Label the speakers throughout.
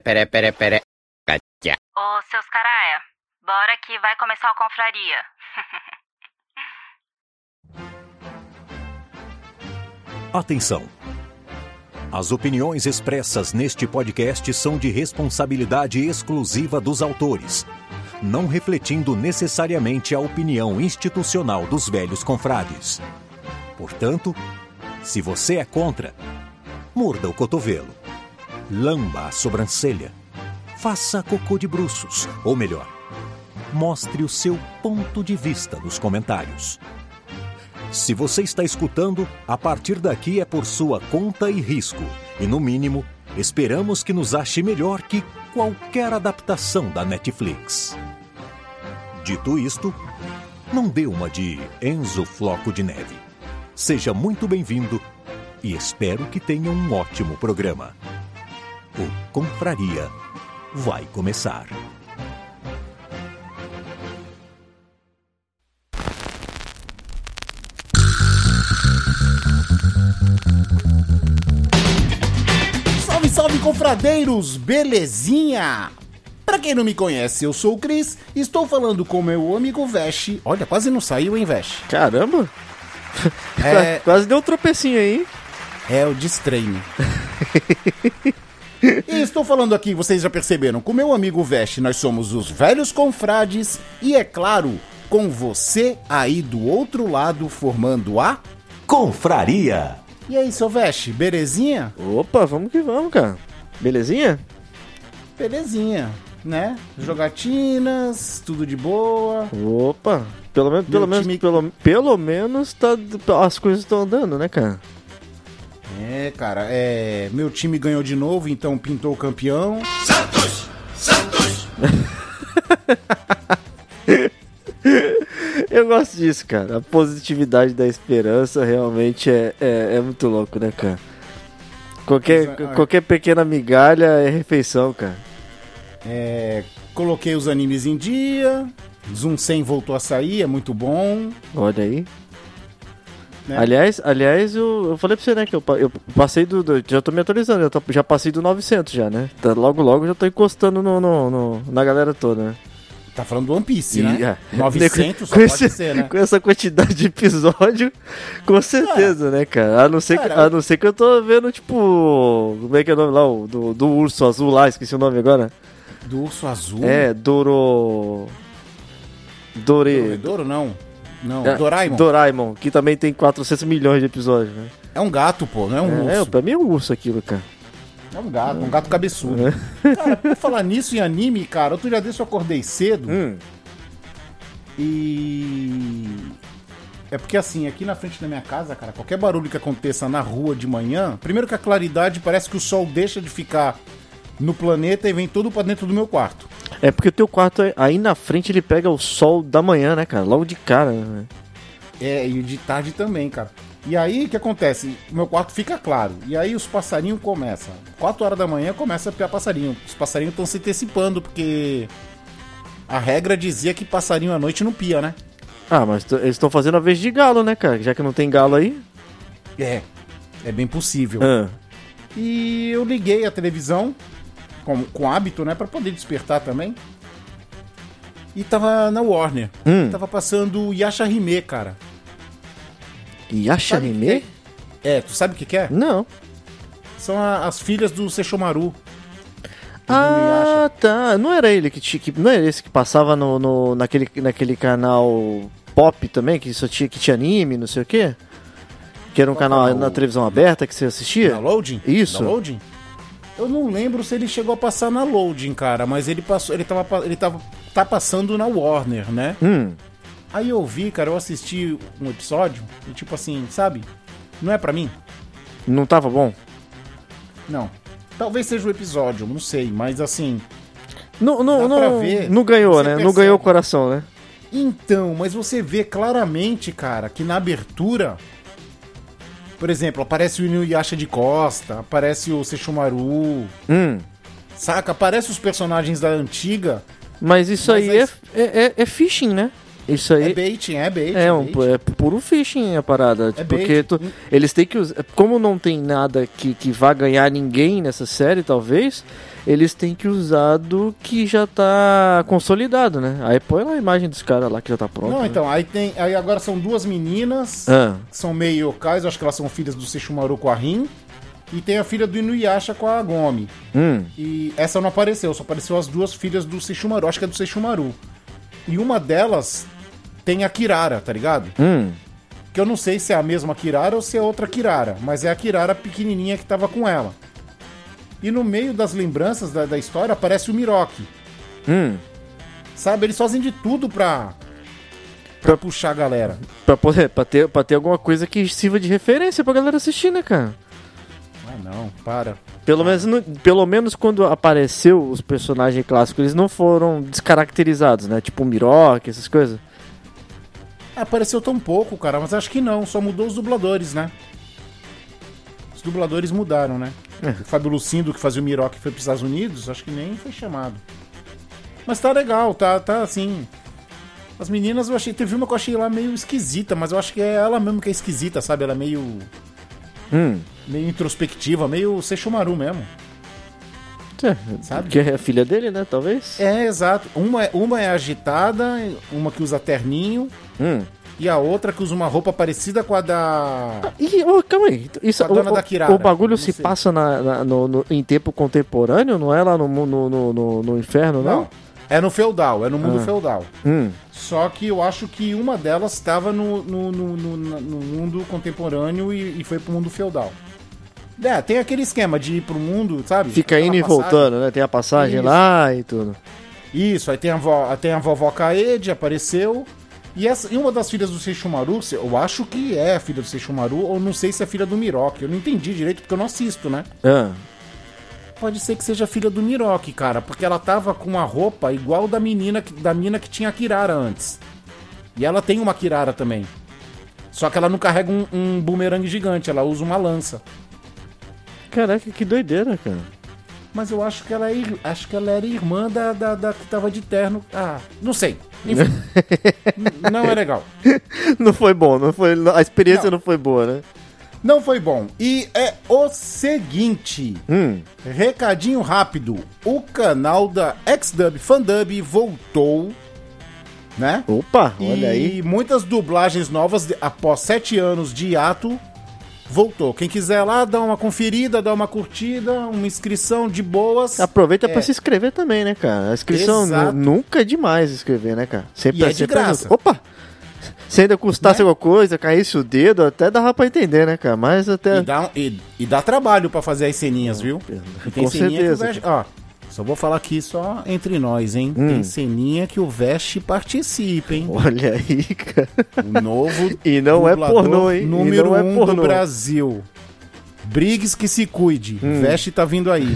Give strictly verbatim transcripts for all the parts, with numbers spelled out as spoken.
Speaker 1: Pere, pere, pere. Catia.
Speaker 2: Ô, seus caralho, bora que vai começar a confraria.
Speaker 3: Atenção! As opiniões expressas neste podcast são de responsabilidade exclusiva dos autores, não refletindo necessariamente a opinião institucional dos velhos confrades. Portanto, se você é contra, morda o cotovelo, lamba a sobrancelha, faça cocô de bruços, ou melhor, mostre o seu ponto de vista nos comentários. Se você está escutando, a partir daqui é por sua conta e risco. E, no mínimo, esperamos que nos ache melhor que qualquer adaptação da Netflix. Dito isto, não dê uma de Enzo Floco de Neve. Seja muito bem-vindo e espero que tenha um ótimo programa. O Confraria vai começar.
Speaker 4: Salve, salve, confradeiros! Belezinha? Pra quem não me conhece, eu sou o Cris e estou falando com meu amigo Vesh. Olha, quase não saiu, hein, Vesh?
Speaker 5: Caramba!
Speaker 4: É...
Speaker 5: Quase deu um tropecinho aí.
Speaker 4: É o destreino. E estou falando aqui, vocês já perceberam, com meu amigo Vesh, nós somos os velhos confrades e, é claro, com você aí do outro lado formando a
Speaker 3: Confraria!
Speaker 4: E aí, seu Vesh, belezinha?
Speaker 5: Opa, vamos que vamos, cara. Belezinha?
Speaker 4: Belezinha, né? Jogatinas, tudo de boa.
Speaker 5: Opa, pelo menos, pelo menos,
Speaker 4: time...
Speaker 5: pelo, pelo menos tá, as coisas estão andando, né, cara?
Speaker 4: É, cara, é, meu time ganhou de novo, então pintou o campeão.
Speaker 6: Santos! Santos!
Speaker 5: Eu gosto disso, cara. A positividade da esperança realmente é, é, é muito louco, né, cara? Qualquer,
Speaker 4: Mas, olha,
Speaker 5: qualquer pequena migalha é refeição, cara.
Speaker 4: É, coloquei os animes em dia, Zoom cem voltou a sair, é muito bom.
Speaker 5: Olha aí.
Speaker 4: Né?
Speaker 5: Aliás, aliás eu, eu falei pra você, né, que eu, eu passei do, do... Já tô me atualizando, eu tô, já passei do novecentos já, né? Tá, logo, logo já tô encostando no, no, no, na galera toda, né?
Speaker 4: Tá falando do One Piece,
Speaker 5: E,
Speaker 4: né?
Speaker 5: é,
Speaker 4: novecentos só
Speaker 5: com
Speaker 4: pode
Speaker 5: esse,
Speaker 4: ser, né?
Speaker 5: Com essa quantidade de episódio, com certeza, né, cara? A não, ser
Speaker 4: cara,
Speaker 5: que, a não ser que eu tô vendo, tipo... Como é que é o nome lá? O, do, do urso azul lá, esqueci o nome agora.
Speaker 4: Do urso azul?
Speaker 5: É, Doro... Dore...
Speaker 4: Doro não. Não,
Speaker 5: É,
Speaker 4: Doraemon.
Speaker 5: Doraemon, que também tem quatrocentos milhões de episódios, né?
Speaker 4: É um gato, pô, não é um
Speaker 5: É,
Speaker 4: urso.
Speaker 5: pra mim é um urso aquilo, cara.
Speaker 4: É um gato, um gato cabeçudo. Cara, por falar nisso em anime, cara, outro dia desse eu acordei cedo
Speaker 5: Hum.
Speaker 4: e... É porque assim, aqui na frente da minha casa, cara, qualquer barulho que aconteça na rua de manhã, primeiro que a claridade parece que o sol deixa de ficar no planeta e vem todo pra dentro do meu quarto.
Speaker 5: É porque o teu quarto, aí na frente, ele pega o sol da manhã, né, cara? Logo de cara, né?
Speaker 4: É, e de tarde também, cara. E aí, o que acontece? O meu quarto fica claro. E aí os passarinhos começam. quatro horas da manhã começa a piar passarinho. Os passarinhos estão se antecipando, porque a regra dizia que passarinho à noite não pia, né?
Speaker 5: Ah, mas t- eles estão fazendo a vez de galo, né, cara? Já que não tem galo aí.
Speaker 4: É, é bem possível.
Speaker 5: Ah.
Speaker 4: E eu liguei a televisão, com, com hábito, né, pra poder despertar também. E tava na Warner.
Speaker 5: Hum.
Speaker 4: Tava passando Yasha Hime, cara.
Speaker 5: Yasha
Speaker 4: Sabe o que
Speaker 5: Hime?
Speaker 4: é? É, tu sabe o que que é?
Speaker 5: Não.
Speaker 4: São a- as filhas do Sesshomaru.
Speaker 5: Ah, tá. Não era ele que tinha. Que, não era esse que passava no, no, naquele, naquele canal pop também, que só tinha, que tinha anime, não sei o quê? Que era um
Speaker 4: Qual
Speaker 5: canal
Speaker 4: canal?
Speaker 5: na televisão aberta que você assistia?
Speaker 4: Na Loading?
Speaker 5: Isso.
Speaker 4: Na Loading? Eu não lembro se ele chegou a passar na Loading, cara, mas ele passou, ele tava, ele tava tá passando na Warner, né?
Speaker 5: Hum.
Speaker 4: Aí eu vi, cara, eu assisti um episódio e tipo assim, sabe? Não é pra mim?
Speaker 5: Não tava bom?
Speaker 4: Não. Talvez seja o episódio, não sei, mas assim...
Speaker 5: Não, não,
Speaker 4: Dá pra
Speaker 5: não,
Speaker 4: ver,
Speaker 5: não ganhou,
Speaker 4: você
Speaker 5: né? Não
Speaker 4: percebe.
Speaker 5: ganhou o coração, né?
Speaker 4: Então, mas você vê claramente, cara, que na abertura... Por exemplo, aparece o Inuyasha de Costa, aparece o Sesshomaru,
Speaker 5: Hum.
Speaker 4: saca? Aparece os personagens da antiga.
Speaker 5: Mas isso
Speaker 4: Mas
Speaker 5: aí
Speaker 4: aí-
Speaker 5: é, é, é, é phishing, né? Isso aí
Speaker 4: É baiting, é bait.
Speaker 5: é, um,
Speaker 4: bait.
Speaker 5: é puro phishing a parada.
Speaker 4: É
Speaker 5: porque
Speaker 4: bait.
Speaker 5: tu- eles têm que usar. Como não tem nada que, que vá ganhar ninguém nessa série, talvez, eles têm que usar do que já tá consolidado, né? Aí põe lá a imagem dos caras lá que já tá pronto.
Speaker 4: Não,
Speaker 5: né?
Speaker 4: então, aí tem. Aí agora são duas meninas
Speaker 5: Ah.
Speaker 4: que são meio yokais, eu acho que elas são filhas do Sesshomaru com a Rin. E tem a filha do Inuyasha com a Gomi.
Speaker 5: Hum.
Speaker 4: E essa não apareceu, só apareceu as duas filhas do Sesshomaru, acho que é do Sesshomaru. E uma delas tem a Kirara, tá ligado?
Speaker 5: Hum.
Speaker 4: Que eu não sei se é a mesma Kirara ou se é outra Kirara, mas é a Kirara pequenininha que tava com ela. E no meio das lembranças da, da história aparece o Miroki.
Speaker 5: Hum.
Speaker 4: Sabe, eles fazem de tudo pra, pra puxar a galera.
Speaker 5: Pra, poder, pra, ter, pra ter alguma coisa que sirva de referência pra galera assistir, né, cara?
Speaker 4: Ah, não, para.
Speaker 5: Pelo menos, no- pelo menos quando apareceu os personagens clássicos, eles não foram descaracterizados, né? Tipo o Miroki, essas coisas.
Speaker 4: Apareceu tão pouco, cara, mas acho que não, só mudou os dubladores, né? Os dubladores mudaram, né?
Speaker 5: É.
Speaker 4: O Fábio Lucindo, que fazia o Miroki, foi pros Estados Unidos, acho que nem foi chamado. Mas tá legal, tá, tá assim... As meninas, eu achei... Teve uma que eu achei lá meio esquisita, mas eu acho que é ela mesmo que é esquisita, sabe? Ela é meio...
Speaker 5: Hum.
Speaker 4: meio introspectiva, meio Sesshomaru mesmo.
Speaker 5: É,
Speaker 4: Sabe?
Speaker 5: que é a filha dele, né? Talvez.
Speaker 4: É, exato. Uma, uma é agitada, uma que usa terninho,
Speaker 5: Hum.
Speaker 4: e a outra que usa uma roupa parecida com a da...
Speaker 5: Ih, ô, calma aí. Isso,
Speaker 4: A dona
Speaker 5: o,
Speaker 4: da Kirara,
Speaker 5: o bagulho
Speaker 4: não
Speaker 5: se
Speaker 4: sei.
Speaker 5: passa na, na- no, no- em tempo contemporâneo, não é lá no, mu- no, no, no, no inferno, não?
Speaker 4: Não, é no feudal, é no mundo
Speaker 5: Ah.
Speaker 4: feudal.
Speaker 5: Hum.
Speaker 4: Só que eu acho que uma delas estava no, no, no, no- no mundo contemporâneo e, e foi pro mundo feudal. É, tem aquele esquema de ir pro mundo, sabe?
Speaker 5: Fica
Speaker 4: Aquela
Speaker 5: indo e
Speaker 4: passagem.
Speaker 5: voltando, né? Tem a passagem
Speaker 4: Isso.
Speaker 5: lá e tudo.
Speaker 4: Isso, aí tem a, vó, tem a vovó Kaede, apareceu. E, essa, e uma das filhas do Sesshomaru, eu acho que é a filha do Sesshomaru, ou não sei se é filha do Miroki. Eu não entendi direito porque eu não assisto, né?
Speaker 5: Ah.
Speaker 4: Pode ser que seja filha do Miroki, cara, porque ela tava com uma roupa igual da menina que- da mina que tinha a Kirara antes. E ela tem uma Kirara também. Só que ela não carrega um, um bumerangue gigante, ela usa uma lança.
Speaker 5: Caraca, que doideira, cara.
Speaker 4: Mas eu acho que ela, é, ir- acho que ela era irmã da, da, da que tava de terno. Ah, não sei. Enfim. N- não é legal.
Speaker 5: Não foi bom, não foi, a experiência não,
Speaker 4: Não.
Speaker 5: foi boa, né?
Speaker 4: Não foi bom. E é o seguinte.
Speaker 5: Hum.
Speaker 4: Recadinho rápido. O canal da X-Dub Fandub voltou, né?
Speaker 5: Opa, olha
Speaker 4: E
Speaker 5: aí.
Speaker 4: muitas dublagens novas de- após sete anos de hiato. Voltou. Quem quiser lá, dá uma conferida, dá uma curtida, uma inscrição de boas.
Speaker 5: Aproveita
Speaker 4: É.
Speaker 5: pra se inscrever também, né, cara? A inscrição
Speaker 4: Exato.
Speaker 5: nu- nunca é demais inscrever, né, cara? Sempre
Speaker 4: E é de
Speaker 5: sempre
Speaker 4: graça.
Speaker 5: ajuda. Opa! Se ainda custasse
Speaker 4: Né?
Speaker 5: alguma coisa, caísse o dedo, até dava pra entender, né, cara? Mas até.
Speaker 4: E dá, e, e dá trabalho pra fazer as ceninhas, viu? E tem
Speaker 5: Com
Speaker 4: ceninha
Speaker 5: certeza.
Speaker 4: que o Vest... Ó, só vou falar aqui só entre nós, hein?
Speaker 5: Hum.
Speaker 4: Tem ceninha que o Vest participa, hein?
Speaker 5: Olha aí, cara.
Speaker 4: O novo
Speaker 5: E não é
Speaker 4: dublador
Speaker 5: pornô, hein? E
Speaker 4: número
Speaker 5: não é
Speaker 4: um
Speaker 5: pornô.
Speaker 4: do Brasil. Briggs que se cuide.
Speaker 5: Hum.
Speaker 4: Vest tá vindo aí.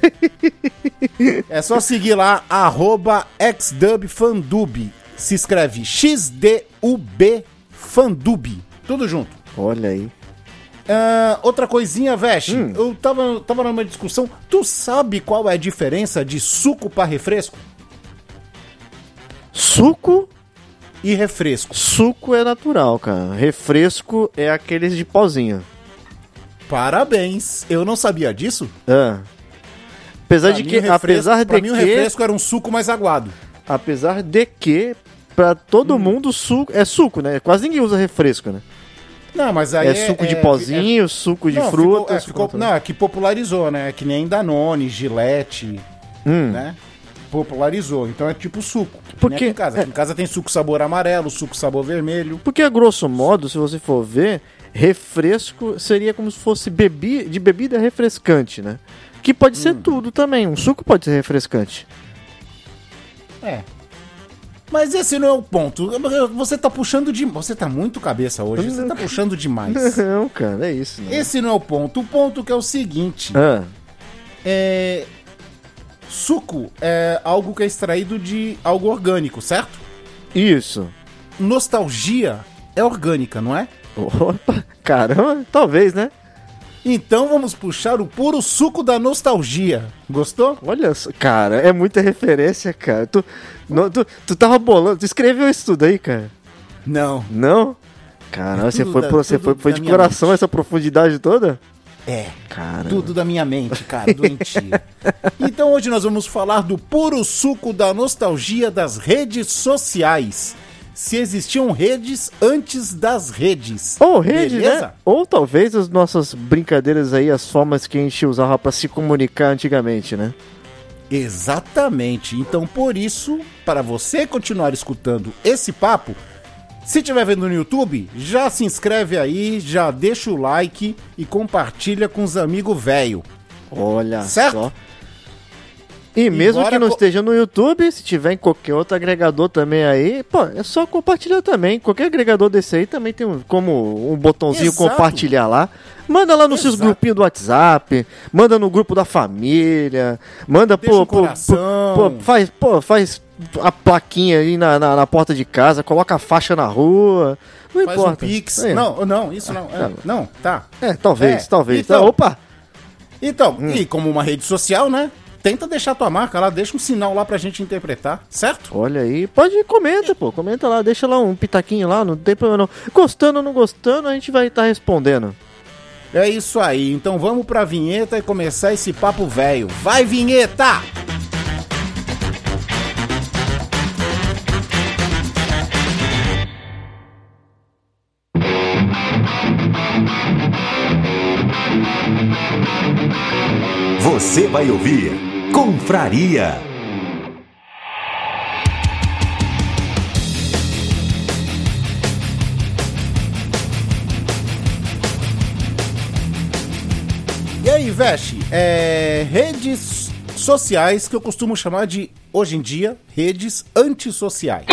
Speaker 4: É só seguir lá, arroba xdubfandub. Se escreve X D U B Fandub. Tudo junto.
Speaker 5: Olha aí.
Speaker 4: Ah, outra coisinha, Vest.
Speaker 5: Hum.
Speaker 4: Eu tava, tava numa discussão. Tu sabe qual é a diferença de suco para refresco?
Speaker 5: Suco,
Speaker 4: E refresco.
Speaker 5: suco é natural, cara. Refresco é aqueles de pozinho.
Speaker 4: Parabéns. Eu não sabia disso.
Speaker 5: Ah. Apesar
Speaker 4: Pra
Speaker 5: de
Speaker 4: mim,
Speaker 5: que,
Speaker 4: o refresco-
Speaker 5: apesar
Speaker 4: pra
Speaker 5: de
Speaker 4: mim, o
Speaker 5: que,
Speaker 4: refresco era um suco mais aguado.
Speaker 5: apesar de que, pra todo
Speaker 4: Hum.
Speaker 5: mundo suco é suco, né? Quase ninguém usa refresco, né?
Speaker 4: Não, mas aí
Speaker 5: É, suco de pozinho, suco de
Speaker 4: não,
Speaker 5: fruta.
Speaker 4: Ficou, é,
Speaker 5: suco
Speaker 4: ficou-
Speaker 5: natural.
Speaker 4: não, é que popularizou, né? É que nem Danone, Gillette,
Speaker 5: Hum.
Speaker 4: né? Popularizou. Então é tipo suco. que nem
Speaker 5: Porque-
Speaker 4: aqui em casa.
Speaker 5: é.
Speaker 4: Aqui em casa tem suco sabor amarelo, suco sabor vermelho.
Speaker 5: Porque, a grosso modo, se você for ver, refresco seria como se fosse bebi de bebida refrescante, né? Que pode ser
Speaker 4: Hum.
Speaker 5: tudo também. Um suco pode ser refrescante.
Speaker 4: É. Mas esse não é o ponto. Você tá puxando de. Você tá muito cabeça hoje. Você tá puxando demais.
Speaker 5: Não, cara, é isso. Né?
Speaker 4: Esse não é o ponto. O ponto que é o seguinte.
Speaker 5: Ah,
Speaker 4: É... Suco é algo que é extraído de algo orgânico, certo?
Speaker 5: isso.
Speaker 4: Nostalgia é orgânica, não é?
Speaker 5: Opa, caramba, talvez, né?
Speaker 4: Então vamos puxar o puro suco da nostalgia. Gostou?
Speaker 5: Olha só, cara, é muita referência, cara. Tu, não, tu, tu tava bolando, tu escreveu isso tudo aí, cara?
Speaker 4: Não.
Speaker 5: Não? Caramba,
Speaker 4: É
Speaker 5: você
Speaker 4: tudo
Speaker 5: foi,
Speaker 4: da-
Speaker 5: pro- você
Speaker 4: tudo
Speaker 5: foi, foi
Speaker 4: da
Speaker 5: de
Speaker 4: minha
Speaker 5: coração
Speaker 4: mente.
Speaker 5: essa profundidade toda?
Speaker 4: É,
Speaker 5: Cara.
Speaker 4: tudo da minha mente, cara, doentio. Então hoje nós vamos falar do puro suco da nostalgia das redes sociais. Se existiam redes antes das redes.
Speaker 5: Ou rede,
Speaker 4: beleza?
Speaker 5: né? Ou talvez as nossas brincadeiras aí, as formas que a gente usava pra se comunicar antigamente, né?
Speaker 4: Exatamente. Então, por isso, para você continuar escutando esse papo, se estiver vendo no YouTube, já se inscreve aí, já deixa o like e compartilha com os amigos velho.
Speaker 5: Olha
Speaker 4: Certo?
Speaker 5: só. E mesmo
Speaker 4: bora
Speaker 5: que não
Speaker 4: co-
Speaker 5: esteja no YouTube, se tiver em qualquer outro agregador também aí, pô, é só compartilhar também. Qualquer agregador desse aí também tem um, como um botãozinho
Speaker 4: Exato.
Speaker 5: compartilhar lá. Manda lá nos seus
Speaker 4: Exato.
Speaker 5: grupinhos do WhatsApp, manda no grupo da família, manda
Speaker 4: Deixa
Speaker 5: pô,
Speaker 4: um
Speaker 5: pô,
Speaker 4: coração.
Speaker 5: pô, pô, faz, pô, faz a plaquinha aí na, na, na porta de casa, coloca a faixa na rua. Não
Speaker 4: Faz
Speaker 5: importa.
Speaker 4: um pix.
Speaker 5: É.
Speaker 4: Não, não, isso não. É, não, tá.
Speaker 5: É, talvez,
Speaker 4: É,
Speaker 5: talvez.
Speaker 4: então-
Speaker 5: Ah, opa!
Speaker 4: Então,
Speaker 5: Hum.
Speaker 4: e como uma rede social, né? Tenta deixar tua marca lá, deixa um sinal lá pra gente interpretar, certo?
Speaker 5: Olha aí, pode, comenta, pô, comenta lá, deixa lá um pitaquinho lá, não tem problema não. Gostando ou não gostando, a gente vai estar respondendo.
Speaker 4: É isso aí, então vamos pra vinheta e começar esse papo velho. Vai, vinheta!
Speaker 3: Você vai ouvir Confraria.
Speaker 4: E aí, Veste, é, redes sociais que eu costumo chamar de, hoje em dia, redes antissociais.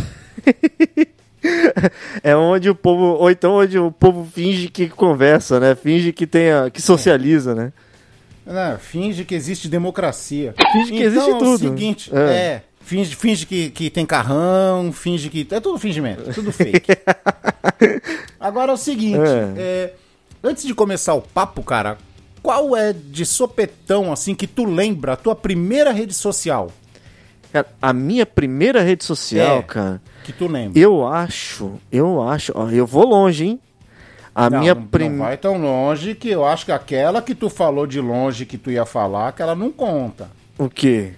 Speaker 5: É onde o povo, ou então onde o povo finge que conversa, né? Finge que tenha, que socializa, né?
Speaker 4: Né, finge que existe democracia.
Speaker 5: Finge que
Speaker 4: então,
Speaker 5: existe
Speaker 4: é o
Speaker 5: tudo.
Speaker 4: seguinte,
Speaker 5: É.
Speaker 4: é, finge, finge que, que tem carrão, finge que... É tudo fingimento, é tudo fake. Agora é o seguinte,
Speaker 5: É.
Speaker 4: é, antes de começar o papo, cara, qual é de sopetão, assim, que tu lembra a tua primeira rede social
Speaker 5: Cara, a minha primeira rede social,
Speaker 4: É.
Speaker 5: cara,
Speaker 4: que tu lembra?
Speaker 5: eu acho, eu acho, ó, eu vou longe, hein? A
Speaker 4: não,
Speaker 5: minha
Speaker 4: não, não
Speaker 5: primeira...
Speaker 4: vai tão longe que eu acho que aquela que tu falou de longe que tu ia falar, que ela não conta.
Speaker 5: O quê?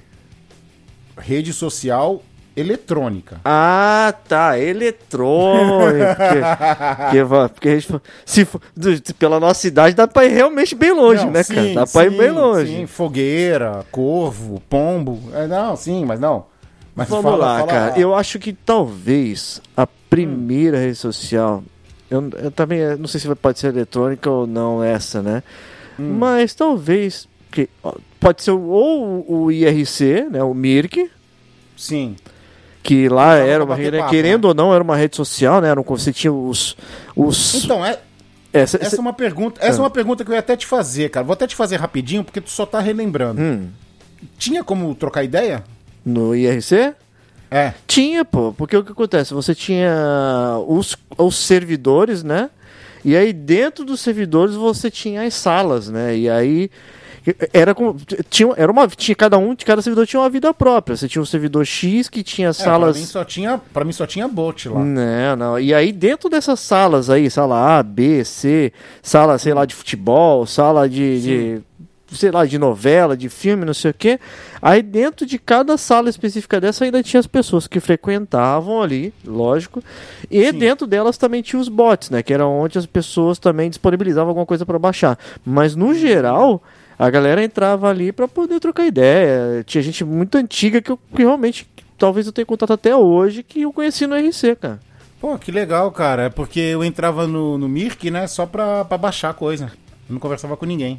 Speaker 4: Rede social eletrônica.
Speaker 5: Ah, tá, eletrônico. porque, porque, va- porque a gente, se for, do- pela nossa idade dá pra ir realmente bem longe,
Speaker 4: Não,
Speaker 5: né,
Speaker 4: sim,
Speaker 5: cara? Dá pra ir
Speaker 4: sim,
Speaker 5: bem longe.
Speaker 4: Sim, fogueira, corvo, pombo. É, não, sim, mas não. Mas
Speaker 5: Vamos
Speaker 4: fala-
Speaker 5: lá,
Speaker 4: fala
Speaker 5: cara. Eu acho que talvez a primeira rede social, eu, eu também eh, não sei se pode ser eletrônica ou não essa, né?
Speaker 4: Hum.
Speaker 5: Mas talvez, que, ó, pode ser ou o I R C, né, o Mirk,
Speaker 4: Sim.
Speaker 5: que lá
Speaker 4: Usava
Speaker 5: era
Speaker 4: pra
Speaker 5: uma
Speaker 4: bater
Speaker 5: rede,
Speaker 4: papo,
Speaker 5: querendo
Speaker 4: né?
Speaker 5: ou não, era uma rede social, né? Era um, você tinha os... os
Speaker 4: Então, é,
Speaker 5: essa,
Speaker 4: essa é uma pergunta, essa é
Speaker 5: Ah.
Speaker 4: uma pergunta que eu ia até te fazer, cara. Vou até te fazer rapidinho, porque tu só tá relembrando.
Speaker 5: Hum,
Speaker 4: Tinha como trocar ideia?
Speaker 5: no I R C?
Speaker 4: É.
Speaker 5: Tinha, pô, porque o que acontece? Você tinha os, os servidores, né? E aí dentro dos servidores você tinha as salas, né? E aí era como tinha, era uma tinha cada um, cada servidor tinha uma vida própria. Você tinha um servidor X que tinha
Speaker 4: É,
Speaker 5: salas.
Speaker 4: pra mim só tinha, pra mim só tinha bot lá.
Speaker 5: Não, não. E aí dentro dessas salas aí, sala A, B, C, sala, sei lá, de futebol, sala de, de sei lá, de novela, de filme, não sei o quê. Aí dentro de cada sala específica dessa ainda tinha as pessoas que frequentavam ali, lógico. E
Speaker 4: Sim.
Speaker 5: dentro delas também tinha os bots, né? Que era onde as pessoas também disponibilizavam alguma coisa para baixar. Mas no geral, a galera entrava ali para poder trocar ideia. Tinha gente muito antiga que, eu, que realmente, talvez eu tenha contato até hoje, que eu conheci no R C, cara.
Speaker 4: Pô, que legal, cara. É porque eu entrava no, no Mirk, né, só pra, pra baixar a coisa. Eu não conversava com ninguém.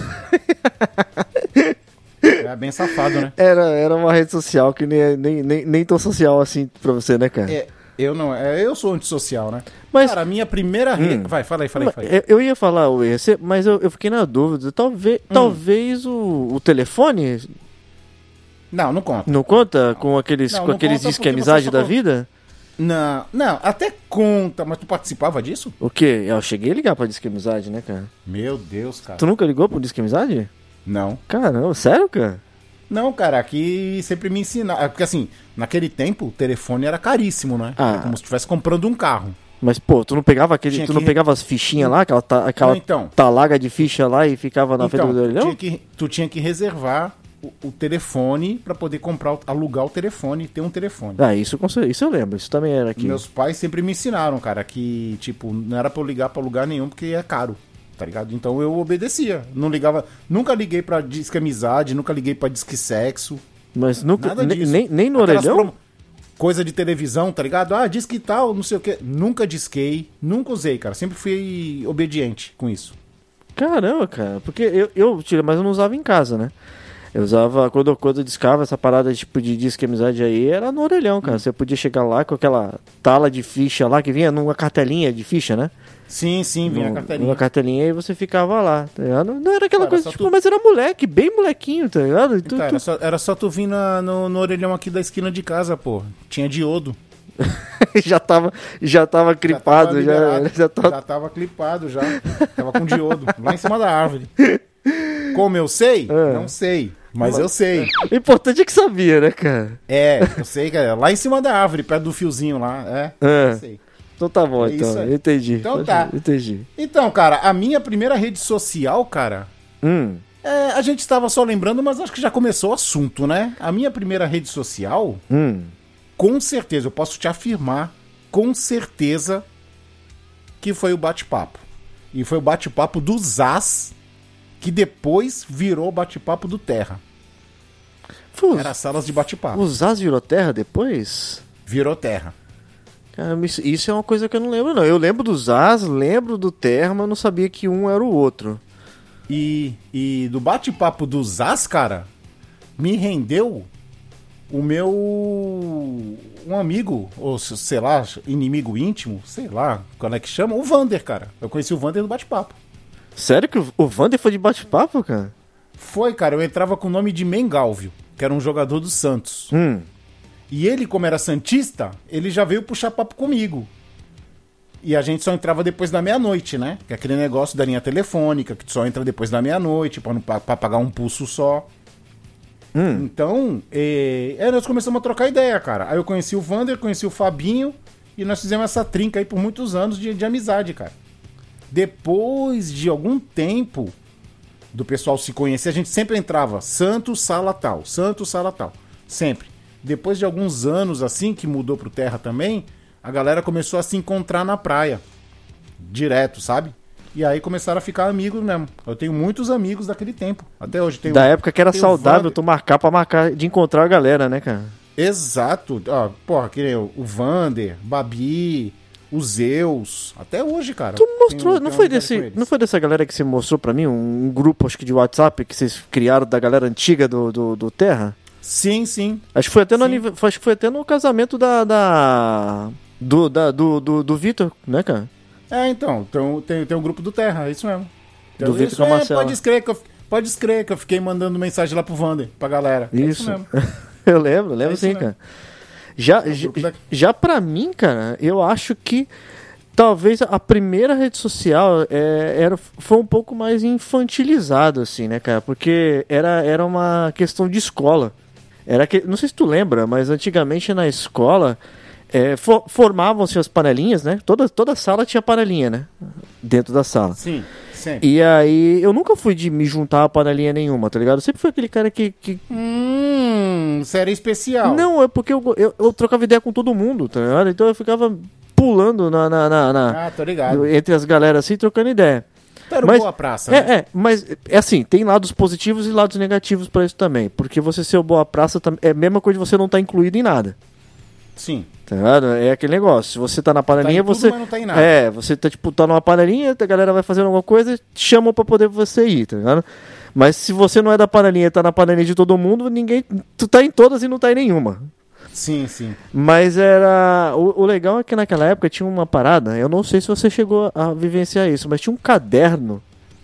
Speaker 4: É bem safado, né?
Speaker 5: Era, era uma rede social que nem, nem, nem, nem tão social assim pra você, né, cara?
Speaker 4: É, eu não, é, eu sou antissocial, né?
Speaker 5: Mas-
Speaker 4: Cara, a minha primeira rede...
Speaker 5: Hum.
Speaker 4: Vai, fala aí, fala aí, fala aí.
Speaker 5: Eu, eu ia falar o R C, mas eu, eu fiquei na dúvida. Talvez, talvez o, o telefone
Speaker 4: Não, não conta.
Speaker 5: não conta com aqueles,
Speaker 4: Não,
Speaker 5: com
Speaker 4: não
Speaker 5: aqueles
Speaker 4: conta
Speaker 5: disque
Speaker 4: porque
Speaker 5: amizade
Speaker 4: você
Speaker 5: da
Speaker 4: só-
Speaker 5: vida?
Speaker 4: Não, não, até conta, mas tu participava disso?
Speaker 5: O quê? Eu cheguei a ligar pra disque amizade, né, cara?
Speaker 4: Meu Deus, cara.
Speaker 5: Tu nunca ligou pro disque amizade?
Speaker 4: Não.
Speaker 5: Caramba, sério, cara?
Speaker 4: Não, cara, aqui sempre me ensinaram. Porque assim, naquele tempo o telefone era caríssimo, né?
Speaker 5: Ah.
Speaker 4: Era como se estivesse comprando um carro.
Speaker 5: Mas, pô, tu não pegava aquele.
Speaker 4: Tinha
Speaker 5: Tu não
Speaker 4: que-
Speaker 5: pegava as fichinhas lá, aquela, ta- aquela
Speaker 4: Não, então.
Speaker 5: talaga de ficha lá e ficava na
Speaker 4: Então,
Speaker 5: frente do
Speaker 4: tu
Speaker 5: orelhão?
Speaker 4: tinha, que, tu tinha que reservar o, o telefone pra poder comprar, o- alugar o telefone e ter um telefone.
Speaker 5: Ah, isso, com cer- isso eu lembro, isso também era aqui.
Speaker 4: Meus pais sempre me ensinaram, cara, que, tipo, não era pra eu ligar pra lugar nenhum porque é caro, tá ligado? Então eu obedecia. Não ligava. Nunca liguei pra disque amizade, nunca liguei pra disque sexo.
Speaker 5: Mas nunca.
Speaker 4: Nada
Speaker 5: ne-
Speaker 4: disso.
Speaker 5: Nem, nem no
Speaker 4: Aquelas
Speaker 5: orelhão?
Speaker 4: promo- Coisa de televisão, tá ligado? Ah, diz que tal, não sei o que. Nunca disquei, nunca usei, cara. Sempre fui obediente com isso.
Speaker 5: Caramba, cara. Porque eu, eu tira, mas eu não usava em casa, né? Eu usava, quando, quando eu discava essa parada tipo, de disque amizade aí, era no orelhão, cara. Você podia chegar lá com aquela tala de ficha lá, que vinha numa cartelinha de ficha, né?
Speaker 4: Sim, sim, vinha a
Speaker 5: Num-
Speaker 4: carteirinha.
Speaker 5: Numa cartelinha e você ficava lá, tá ligado? Não era aquela
Speaker 4: Cara,
Speaker 5: coisa,
Speaker 4: só
Speaker 5: tipo,
Speaker 4: tu-
Speaker 5: mas era moleque, bem molequinho, tá ligado? E tu-
Speaker 4: Então,
Speaker 5: tu-
Speaker 4: era, só, era só tu vir na- no, no orelhão aqui da esquina de casa, pô. Tinha diodo.
Speaker 5: já tava, já tava cripado, já,
Speaker 4: liberado,
Speaker 5: já tava...
Speaker 4: já tava clipado, já. Tava com diodo, lá em cima da árvore. Como eu sei?
Speaker 5: É.
Speaker 4: Não sei. Mas eu sei.
Speaker 5: O importante é que sabia, né, cara?
Speaker 4: É, eu sei, cara. Lá em cima da árvore, perto do fiozinho lá. É,
Speaker 5: É.
Speaker 4: eu sei.
Speaker 5: Então tá bom,
Speaker 4: É
Speaker 5: então,
Speaker 4: isso aí.
Speaker 5: eu entendi.
Speaker 4: Então tá.
Speaker 5: Entendi.
Speaker 4: Então, cara, a minha primeira rede social, cara,
Speaker 5: Hum,
Speaker 4: é, a gente estava só lembrando, mas acho que já começou o assunto, né? A minha primeira rede social,
Speaker 5: hum.
Speaker 4: com certeza, eu posso te afirmar, com certeza, que foi o bate-papo. E foi o bate-papo do Zaz, que depois virou o bate-papo do Terra.
Speaker 5: Pô,
Speaker 4: Era salas de bate-papo.
Speaker 5: o Zaz virou terra depois?
Speaker 4: Virou Terra.
Speaker 5: Caramba, isso, isso é uma coisa que eu não lembro, não. Eu lembro do Zaz, lembro do Terra, mas não sabia que um era o outro.
Speaker 4: E, e do bate-papo do Zaz, cara, me rendeu o meu... um amigo, ou sei lá, inimigo íntimo, sei lá, como é que chama? O Vander, cara. Eu conheci o Vander no bate-papo.
Speaker 5: Sério que o, o Vander foi de bate-papo, cara?
Speaker 4: Foi, cara, eu entrava com o nome de Mengalvio, que era um jogador do Santos.
Speaker 5: Hum.
Speaker 4: E ele, como era santista, ele já veio puxar papo comigo. E a gente só entrava depois da meia-noite, né? Que é aquele negócio da linha telefônica, que tu só entra depois da meia-noite, pra, não, pra, pra pagar um pulso só.
Speaker 5: Hum.
Speaker 4: Então, é, é, nós começamos a trocar ideia, cara. Aí eu conheci o Vander, conheci o Fabinho, e nós fizemos essa trinca aí por muitos anos de, de amizade, cara. Depois de algum tempo do pessoal se conhecer, a gente sempre entrava Santos, sala tal, Santos, sala tal. Sempre. Depois de alguns anos, assim, que mudou pro Terra também, a galera começou a se encontrar na praia. Direto, sabe? E aí começaram a ficar amigos mesmo. Eu tenho muitos amigos daquele tempo. Até hoje tenho.
Speaker 5: Da época que era
Speaker 4: tem o
Speaker 5: saudável
Speaker 4: Vander-
Speaker 5: tu marcar pra marcar de encontrar a galera, né, cara?
Speaker 4: Exato. Ó, porra, que nem o o Vander, Babi, o Zeus. Até hoje, cara.
Speaker 5: Tu mostrou,
Speaker 4: Tenho-
Speaker 5: não
Speaker 4: tenho
Speaker 5: foi
Speaker 4: amizade
Speaker 5: desse,
Speaker 4: com eles.
Speaker 5: não foi dessa galera que você mostrou pra mim, um, um grupo acho que de WhatsApp que vocês criaram da galera antiga do, do, do Terra?
Speaker 4: Sim, sim.
Speaker 5: Acho que foi até no,
Speaker 4: Sim.
Speaker 5: anive- acho que foi até no casamento da, da do da, do, do, do Vitor, né, cara?
Speaker 4: É, então, tem, tem, tem um grupo do Terra, é isso mesmo. Então,
Speaker 5: Do Vitor
Speaker 4: isso
Speaker 5: com a
Speaker 4: é,
Speaker 5: Marcela.
Speaker 4: pode escrever que eu, pode escrever que eu fiquei mandando mensagem lá pro Vander, pra galera. É
Speaker 5: Isso.
Speaker 4: isso mesmo.
Speaker 5: Eu lembro, lembro
Speaker 4: É isso
Speaker 5: sim,
Speaker 4: mesmo.
Speaker 5: cara. Já,
Speaker 4: o
Speaker 5: já,
Speaker 4: grupo da-
Speaker 5: já pra mim, cara, eu acho que talvez a primeira rede social é, era, foi um pouco mais infantilizado, assim, né, cara? Porque era, era uma questão de escola. Era que, não sei se tu lembra, mas antigamente na escola é, fo- formavam-se as panelinhas, né? Toda, toda sala tinha panelinha, né? Dentro da sala.
Speaker 4: Sim, sempre.
Speaker 5: E aí, eu nunca fui de me juntar a panelinha nenhuma, tá ligado? Eu sempre fui aquele cara que, que
Speaker 4: Hum, série especial.
Speaker 5: não, é porque eu, eu, eu trocava ideia com todo mundo, tá ligado? Então eu ficava pulando na, na, na- na-
Speaker 4: Ah, tô ligado.
Speaker 5: entre as galera assim, trocando ideia.
Speaker 4: Então era
Speaker 5: mas-
Speaker 4: boa praça,
Speaker 5: É,
Speaker 4: né?
Speaker 5: é, mas é assim, tem lados positivos e lados negativos pra isso também. Porque você ser o boa praça tam- é a mesma coisa de você não estar incluído em nada.
Speaker 4: Sim.
Speaker 5: Tá ligado? É aquele negócio. Se você tá na panelinha,
Speaker 4: em tudo,
Speaker 5: você.
Speaker 4: mas não tá em nada.
Speaker 5: É, você tá, tipo, tá numa panelinha, a galera vai fazendo alguma coisa, te chamam pra poder você ir, tá ligado? Mas se você não é da panelinha e tá na panelinha de todo mundo, ninguém. Tu tá em todas e não tá em nenhuma.
Speaker 4: Sim, sim.
Speaker 5: Mas era. O, o legal é que naquela época tinha uma parada. Eu não sei se você chegou a vivenciar isso, mas tinha um caderno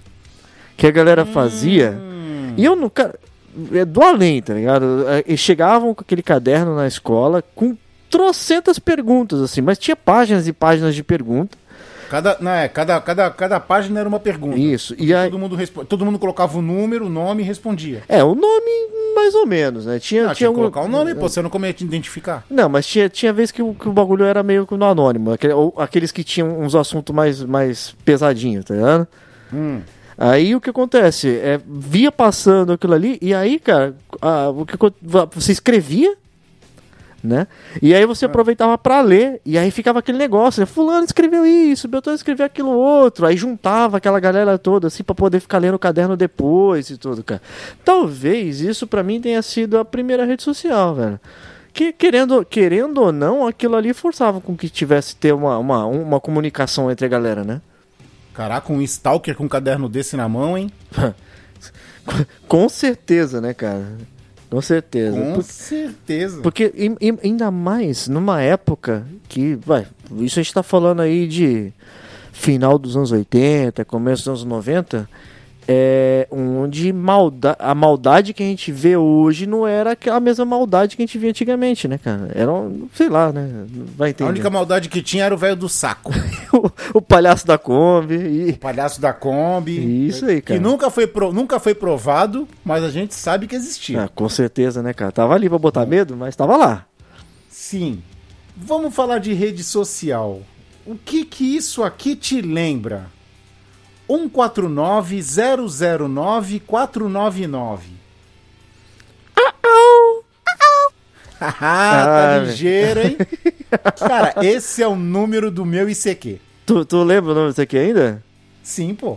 Speaker 5: que a galera fazia.
Speaker 4: Hum.
Speaker 5: E eu não. Cara, é do além, tá ligado? Eles chegavam com aquele caderno na escola com trocentas perguntas, assim, mas tinha páginas e páginas de pergunta.
Speaker 4: Cada, não, é, cada, cada, cada página era uma pergunta.
Speaker 5: Isso. E aí...
Speaker 4: todo, mundo respo... todo mundo colocava o número, o nome e respondia.
Speaker 5: É, o nome mais ou menos, né? Tinha,
Speaker 4: Ah,
Speaker 5: tinha,
Speaker 4: tinha que
Speaker 5: algum...
Speaker 4: colocar o nome, pô, você não como ia te identificar.
Speaker 5: Não, mas tinha, tinha vez que o, que o bagulho era meio que no anônimo. Aquele, ou, aqueles que tinham uns assuntos mais, mais pesadinhos, tá ligado?
Speaker 4: Hum.
Speaker 5: Aí o que acontece? É, via passando aquilo ali, e aí, cara, a, o que você escrevia, né? E aí você aproveitava pra ler, e aí ficava aquele negócio, né? Fulano escreveu isso, Beltrano escreveu aquilo outro, aí juntava aquela galera toda, assim, pra poder ficar lendo o caderno depois e tudo, cara. Talvez isso pra mim tenha sido a primeira rede social, velho. Que, querendo, querendo ou não, aquilo ali forçava com que tivesse ter uma, uma, uma comunicação entre a galera, né?
Speaker 4: Caraca, um stalker com um caderno desse na mão, hein?
Speaker 5: Com certeza, né, cara? Com certeza.
Speaker 4: Com
Speaker 5: Por,
Speaker 4: certeza.
Speaker 5: porque e, e, ainda mais numa época que, vai, isso a gente tá falando aí de final dos anos oitenta, começo dos anos noventa, é, onde malda, a maldade que a gente vê hoje não era a mesma maldade que a gente via antigamente, né, cara? Era, um, sei lá, né? Vai entender.
Speaker 4: A única maldade que tinha era o velho do saco.
Speaker 5: o, o palhaço da Kombi. E...
Speaker 4: O palhaço da Kombi.
Speaker 5: Isso aí, cara.
Speaker 4: Que nunca foi, pro, nunca foi provado, mas a gente sabe que existia.
Speaker 5: Ah, com certeza, né, cara? Tava ali pra botar medo, mas tava lá.
Speaker 4: Sim. Vamos falar de rede social. O que que isso aqui te lembra? um quatro nove zero zero nove quatro nove nove. Ah, tá ligeiro, hein? Cara, esse é o número do meu I C Q.
Speaker 5: Tu, tu lembra o nome disso aqui ainda?
Speaker 4: Sim, pô.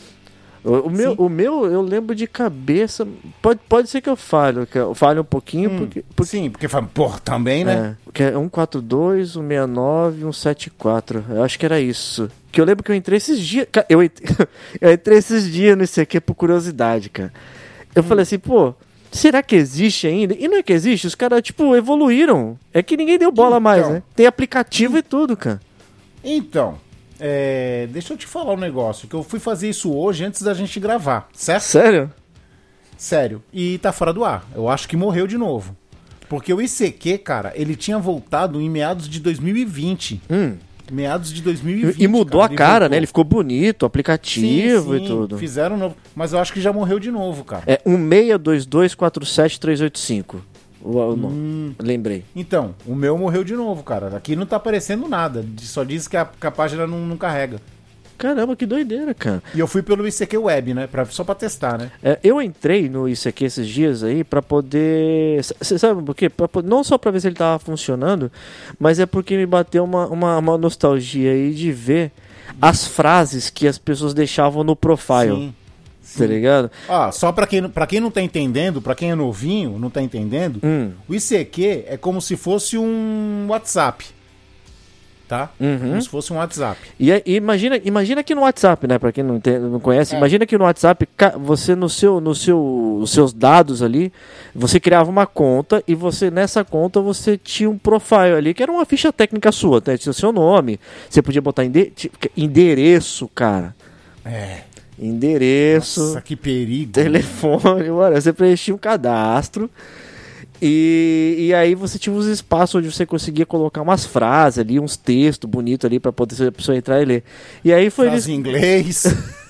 Speaker 5: O, o, meu,
Speaker 4: Sim.
Speaker 5: o meu, eu lembro de cabeça. Pode, pode ser que eu falhe, que eu falhe um pouquinho.
Speaker 4: Hum,
Speaker 5: porque, porque,
Speaker 4: sim, porque foi, porra, também, né?
Speaker 5: É, que é um quatro dois, um seis nove, um sete quatro. Eu acho que era isso. Que eu lembro que eu entrei esses dias. Eu entrei, eu entrei esses dias no I C Q por curiosidade, cara. Eu hum. falei assim, pô, será que existe ainda? E não é que existe, os caras, tipo, evoluíram. É que ninguém deu bola
Speaker 4: então,
Speaker 5: mais, né? Tem aplicativo e tudo, cara.
Speaker 4: Então, é, deixa eu te falar um negócio, que eu fui fazer isso hoje antes da gente gravar, certo?
Speaker 5: Sério?
Speaker 4: Sério. E tá fora do ar. Eu acho que morreu de novo. Porque o I C Q, cara, ele tinha voltado em meados de dois mil e vinte.
Speaker 5: Hum.
Speaker 4: Meados de dois mil e vinte.
Speaker 5: E mudou
Speaker 4: cara,
Speaker 5: a cara,
Speaker 4: voltou.
Speaker 5: né? Ele ficou bonito, aplicativo
Speaker 4: sim, sim,
Speaker 5: e tudo.
Speaker 4: Fizeram novo. Mas eu acho que já morreu de novo, cara.
Speaker 5: É um seis dois dois quatro sete três oito cinco. O, o
Speaker 4: hum.
Speaker 5: Lembrei.
Speaker 4: Então, o meu morreu de novo, cara. Aqui não tá aparecendo nada. Só diz que a, que a página não, não carrega.
Speaker 5: Caramba, que doideira, cara.
Speaker 4: E eu fui pelo I C Q Web, né? Pra, só pra testar, né?
Speaker 5: É, eu entrei no I C Q esses dias aí pra poder... Você sabe por quê? Pra, não só pra ver se ele tava funcionando, mas é porque me bateu uma, uma, uma nostalgia aí de ver as frases que as pessoas deixavam no profile.
Speaker 4: Sim.
Speaker 5: Tá ligado?
Speaker 4: Ó, só pra quem, pra quem não tá entendendo, pra quem é novinho, não tá entendendo,
Speaker 5: hum.
Speaker 4: o I C Q é como se fosse um WhatsApp. Tá?
Speaker 5: Uhum.
Speaker 4: Como se fosse um WhatsApp.
Speaker 5: E, e imagina, imagina que no WhatsApp, né? Pra quem não, tem, não conhece,
Speaker 4: é.
Speaker 5: imagina que no WhatsApp, você no seu, no seu, os seus dados ali, você criava uma conta e você nessa conta você tinha um profile ali, que era uma ficha técnica sua, né? Tinha o seu nome, você podia botar ende endereço, cara.
Speaker 4: É.
Speaker 5: Endereço.
Speaker 4: Nossa, que perigo.
Speaker 5: Telefone, mano, você preenchia um cadastro. E, e aí você tinha uns espaços onde você conseguia colocar umas frases ali, uns textos bonitos ali pra poder a pessoa entrar e ler. E aí foi
Speaker 4: Frase
Speaker 5: eles...
Speaker 4: em inglês.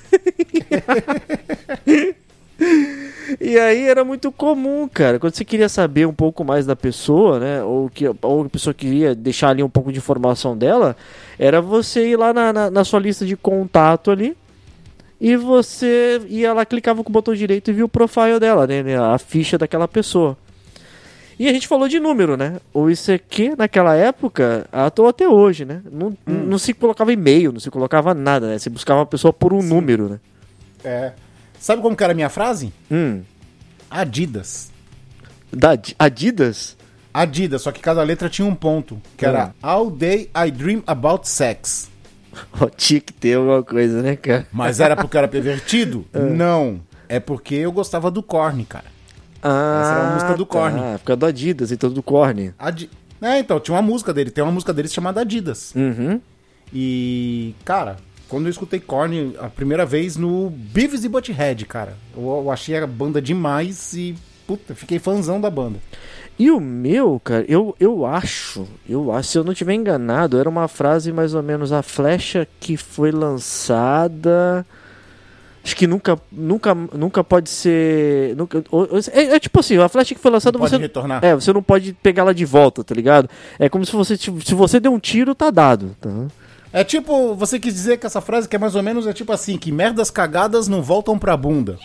Speaker 5: E aí era muito comum, cara. Quando você queria saber um pouco mais da pessoa, né? Ou que ou a pessoa queria deixar ali um pouco de informação dela, era você ir lá na, na, na sua lista de contato ali. E você ia lá, clicava com o botão direito e via o profile dela, né? A ficha daquela pessoa. E a gente falou de número, né? O I C Q naquela época, até até hoje, né? Não, hum. não se colocava e-mail, não se colocava nada, né? Você buscava uma pessoa por um Sim. número, né?
Speaker 4: É. Sabe como que era a minha frase?
Speaker 5: Hum.
Speaker 4: Adidas.
Speaker 5: Da Adidas?
Speaker 4: Adidas, só que cada letra tinha um ponto. Que hum. era All Day I Dream About Sex.
Speaker 5: Oh, tinha que ter alguma coisa, né, cara?
Speaker 4: Mas era porque era pervertido? é. Não. É porque eu gostava do Korn, cara.
Speaker 5: Ah,
Speaker 4: essa era a música do Korn.
Speaker 5: Ah, por causa do Adidas, então do Korn.
Speaker 4: Adi... É, então, tinha uma música dele. Tem uma música dele chamada Adidas.
Speaker 5: Uhum.
Speaker 4: E, cara, quando eu escutei Korn a primeira vez no Beavis e Butthead, cara, eu, eu achei a banda demais e, puta, fiquei fãzão da banda.
Speaker 5: E o meu, cara, eu, eu acho, eu acho, se eu não estiver enganado, era uma frase mais ou menos: a flecha que foi lançada, acho que nunca, nunca, nunca pode ser, nunca, é, é tipo assim, a flecha que foi lançada,
Speaker 4: Não
Speaker 5: você
Speaker 4: pode retornar.
Speaker 5: É, você não pode pegá-la de volta, tá ligado? É como se você, se você deu um tiro, tá dado, tá?
Speaker 4: É tipo, você quis dizer que essa frase que é mais ou menos, é tipo assim, que merdas cagadas não voltam pra bunda.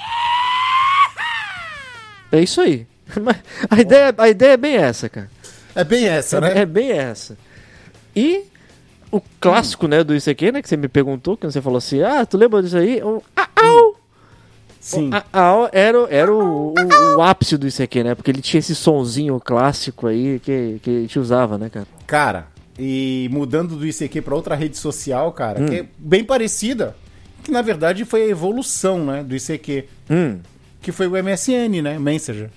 Speaker 5: É isso aí. A ideia, a ideia é bem essa, cara.
Speaker 4: É bem essa,
Speaker 5: É,
Speaker 4: né?
Speaker 5: é bem essa. E o clássico, né, do isso aqui, né, que você me perguntou, que você falou assim: ah, tu lembra disso aí? O au!
Speaker 4: Sim.
Speaker 5: O au era, era o, o, o ápice do isso aqui, né? Porque ele tinha esse sonzinho clássico aí que, que a gente usava, né, cara?
Speaker 4: Cara, e mudando do I C Q pra outra rede social, cara,
Speaker 5: Hum.
Speaker 4: que é bem parecida, que na verdade foi a evolução, né, do I C Q,
Speaker 5: Hum.
Speaker 4: que foi o M S N, né, Messenger.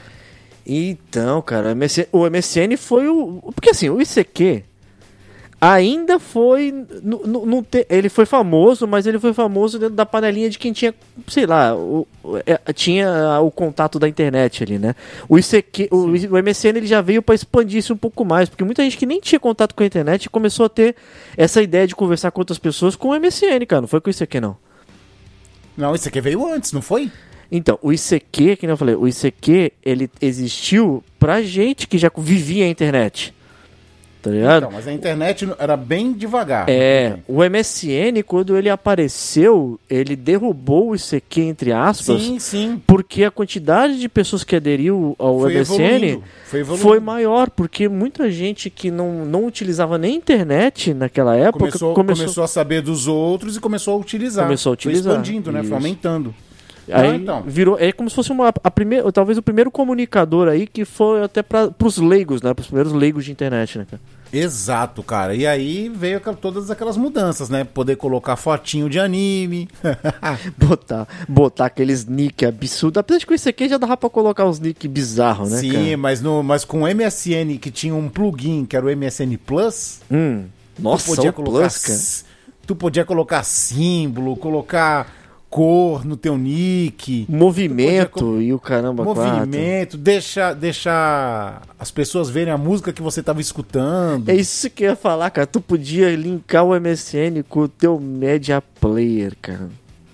Speaker 5: Então, cara, o M S N, o M S N foi o... Porque assim, o I C Q ainda foi... Não, não, não te, ele foi famoso, mas ele foi famoso dentro da panelinha de quem tinha, sei lá, o, é, tinha o contato da internet ali, né? O I C Q, o, o M S N ele já veio para expandir isso um pouco mais, porque muita gente que nem tinha contato com a internet começou a ter essa ideia de conversar com outras pessoas com o M S N, cara. Não foi com o I C Q, não.
Speaker 4: Não, o I C Q veio antes, não foi?
Speaker 5: Então, o I C Q, que eu falei, o I C Q, ele existiu pra gente que já vivia a internet. Tá ligado?
Speaker 4: Então, mas a internet era bem devagar.
Speaker 5: É, o M S N, quando ele apareceu, ele derrubou o I C Q, entre aspas,
Speaker 4: Sim, sim.
Speaker 5: porque a quantidade de pessoas que aderiu ao
Speaker 4: Foi
Speaker 5: M S N
Speaker 4: evoluindo, foi evoluindo.
Speaker 5: foi maior, porque muita gente que não, não utilizava nem internet naquela época
Speaker 4: Começou,
Speaker 5: começou,
Speaker 4: começou a saber dos outros e começou a utilizar.
Speaker 5: Começou a utilizar,
Speaker 4: Foi expandindo, né?
Speaker 5: isso.
Speaker 4: Foi aumentando.
Speaker 5: Aí
Speaker 4: Não, então.
Speaker 5: virou, é como se fosse uma, a primeira, talvez o primeiro comunicador aí que foi até para os leigos, né? Para os primeiros leigos de internet, né, cara?
Speaker 4: Exato, cara. E aí veio aquela- todas aquelas mudanças, né? Poder colocar fotinho de anime.
Speaker 5: Botar, botar aqueles nick absurdos. Apesar de que isso aqui já dava pra colocar uns nick bizarros, né,
Speaker 4: Sim,
Speaker 5: cara?
Speaker 4: mas, no, mas com o M S N, que tinha um plugin, que era o M S N Plus,
Speaker 5: Hum,
Speaker 4: tu
Speaker 5: nossa,
Speaker 4: podia
Speaker 5: o
Speaker 4: colocar
Speaker 5: Plus, cara.
Speaker 4: s- tu podia colocar símbolo, colocar cor no teu nick,
Speaker 5: Movimento
Speaker 4: Tu podia
Speaker 5: e o caramba quatro.
Speaker 4: movimento, deixar, deixar as pessoas verem a música que você tava escutando.
Speaker 5: É isso que eu ia falar, cara. Tu podia linkar o M S N com o teu Media Player, cara.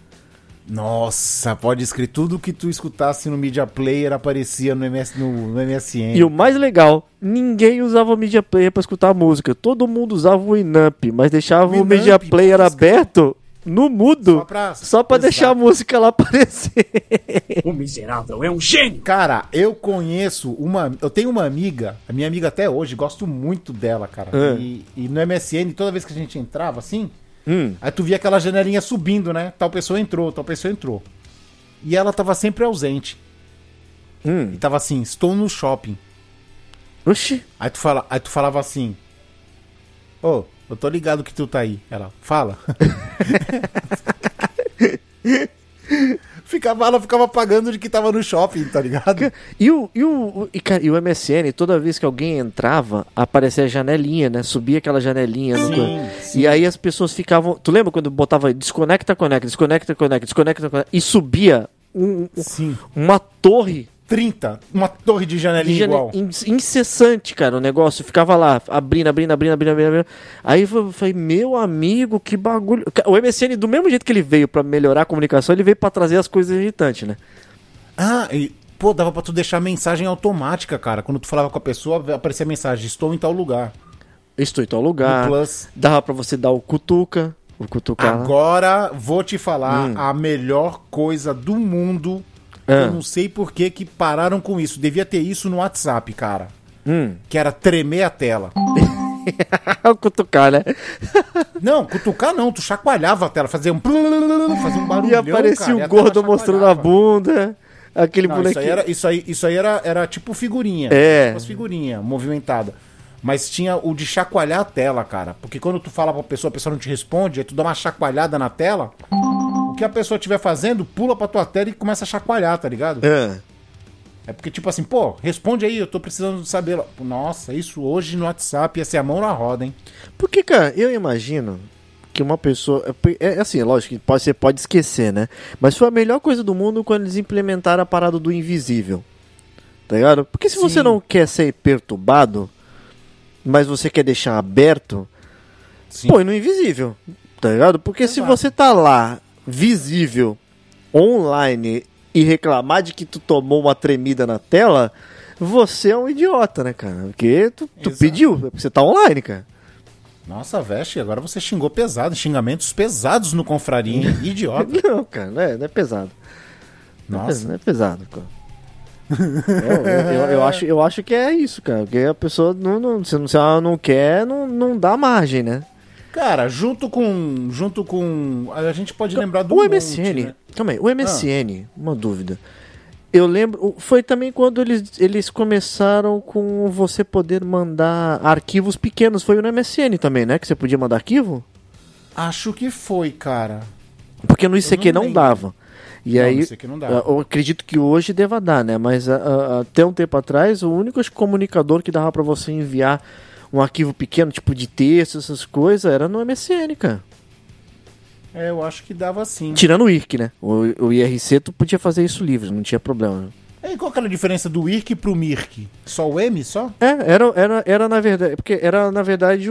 Speaker 4: Nossa, pode escrever tudo que tu escutasse no Media Player aparecia no, M S, no, no M S N.
Speaker 5: E o mais legal, ninguém usava o Media Player pra escutar a música. Todo mundo usava o Winamp, mas deixava o,
Speaker 4: Winamp,
Speaker 5: Media Player
Speaker 4: pode
Speaker 5: aberto no mudo,
Speaker 4: Só pra-
Speaker 5: só pra
Speaker 4: Exato.
Speaker 5: deixar a música lá aparecer.
Speaker 6: O miserável é um gênio.
Speaker 4: Cara, eu conheço uma. Eu tenho uma amiga, a minha amiga até hoje, gosto muito dela, cara.
Speaker 5: É.
Speaker 4: E, e no M S N, toda vez que a gente entrava assim,
Speaker 5: Hum.
Speaker 4: aí tu via aquela janelinha subindo, né? Tal pessoa entrou, tal pessoa entrou. E ela tava sempre ausente.
Speaker 5: Hum.
Speaker 4: E tava assim, estou no shopping.
Speaker 5: Oxi.
Speaker 4: Aí tu, fala, aí tu falava assim: Ô, eu tô ligado que tu tá aí. Ela, fala. ficava, ela ficava pagando de que tava no shopping, tá ligado?
Speaker 5: E o, e, o, o- e, cara, e o M S N, toda vez que alguém entrava, aparecia a janelinha, né? Subia aquela janelinha. no
Speaker 4: Sim,
Speaker 5: co-
Speaker 4: sim.
Speaker 5: E aí as pessoas ficavam... Tu lembra quando botava desconecta, conecta, desconecta, conecta, desconecta, conecta, e subia um- um-
Speaker 4: Sim.
Speaker 5: uma torre
Speaker 4: trinta, uma torre de
Speaker 5: de
Speaker 4: janelinha
Speaker 5: jane...
Speaker 4: igual.
Speaker 5: in- incessante, cara, o negócio. Ficava lá, abrindo, abrindo, abrindo, abrindo, abrindo. abrindo. Aí eu falei, meu amigo, que bagulho. O M S N, do mesmo jeito que ele veio pra melhorar a comunicação, ele veio pra trazer as coisas irritantes, né?
Speaker 4: Ah, e, pô, dava pra tu deixar mensagem automática, cara. Quando tu falava com a pessoa, aparecia a mensagem, estou em tal lugar.
Speaker 5: Estou em tal lugar.
Speaker 4: No Plus.
Speaker 5: Dava pra você dar o cutuca. O cutucar.
Speaker 4: Agora, vou te falar
Speaker 5: Hum.
Speaker 4: a melhor coisa do mundo.
Speaker 5: Ah.
Speaker 4: Eu não sei por que que pararam com isso. Devia ter isso no WhatsApp, cara.
Speaker 5: Hum.
Speaker 4: Que era tremer a tela.
Speaker 5: o cutucar, né?
Speaker 4: Não, cutucar não. Tu chacoalhava a tela, fazia um... Fazia um barulhão,
Speaker 5: E aparecia
Speaker 4: cara, e
Speaker 5: o
Speaker 4: a
Speaker 5: gordo
Speaker 4: tela
Speaker 5: mostrando a
Speaker 4: chacoalhava.
Speaker 5: bunda. Aquele
Speaker 4: Não, isso
Speaker 5: bonequinho.
Speaker 4: aí, era, isso aí, isso aí era, era tipo figurinha.
Speaker 5: É.
Speaker 4: Tipo as figurinhas, movimentada. Mas tinha o de chacoalhar a tela, cara. Porque quando tu fala pra pessoa, a pessoa não te responde, aí tu dá uma chacoalhada na tela, o que a pessoa estiver fazendo, pula pra tua tela e começa a chacoalhar, tá ligado?
Speaker 5: Ah.
Speaker 4: É porque, tipo assim, pô, responde aí, eu tô precisando saber. Nossa, isso hoje no WhatsApp ia ser a mão na roda, hein?
Speaker 5: Porque, cara, eu imagino que uma pessoa... É, é assim, lógico que pode, você pode esquecer, né? Mas foi a melhor coisa do mundo quando eles implementaram a parada do invisível. tá ligado? Porque se
Speaker 4: Sim.
Speaker 5: você não quer ser perturbado, mas você quer deixar aberto,
Speaker 4: Sim.
Speaker 5: põe no invisível, tá ligado? Porque se
Speaker 4: Exato.
Speaker 5: você tá lá, visível, online, e reclamar de que tu tomou uma tremida na tela, você é um idiota, né, cara? Porque tu, tu
Speaker 4: Exato.
Speaker 5: pediu, porque você tá online, cara.
Speaker 4: Nossa, Veste, agora você xingou pesado, xingamentos pesados no Confraria, hein? Idiota.
Speaker 5: Não, cara, não é, não é pesado. Não é,
Speaker 4: Nossa.
Speaker 5: pes- não é pesado, cara. eu, eu, eu, eu acho, eu acho que é isso, cara. Porque a pessoa, não, não, se, não- se ela não quer, não, não dá margem, né?
Speaker 4: Cara, junto com. Junto com. A gente pode lembrar do
Speaker 5: O
Speaker 4: monte,
Speaker 5: M S N,
Speaker 4: né?
Speaker 5: calma aí, o M S N, uma dúvida. Eu lembro, foi também quando eles, eles começaram com você poder mandar arquivos pequenos. Foi no M S N também, né? Que você podia mandar arquivo?
Speaker 4: Acho que foi, cara.
Speaker 5: Porque no I C Q
Speaker 4: não
Speaker 5: não,
Speaker 4: lembro.
Speaker 5: dava. E
Speaker 4: Não,
Speaker 5: aí,
Speaker 4: no I C Q não dava.
Speaker 5: eu acredito que hoje deva dar, né? Mas a- a- até um tempo atrás, o único comunicador que dava pra você enviar um arquivo pequeno, tipo de texto, essas coisas, era no M S N, cara.
Speaker 4: É, eu acho que dava sim.
Speaker 5: Tirando o I R C, né? O, o I R C tu podia fazer isso livre, não tinha problema.
Speaker 4: E qual que era a diferença do I R C pro M I R C? Só o M só?
Speaker 5: É, era, era, era na verdade, porque era na verdade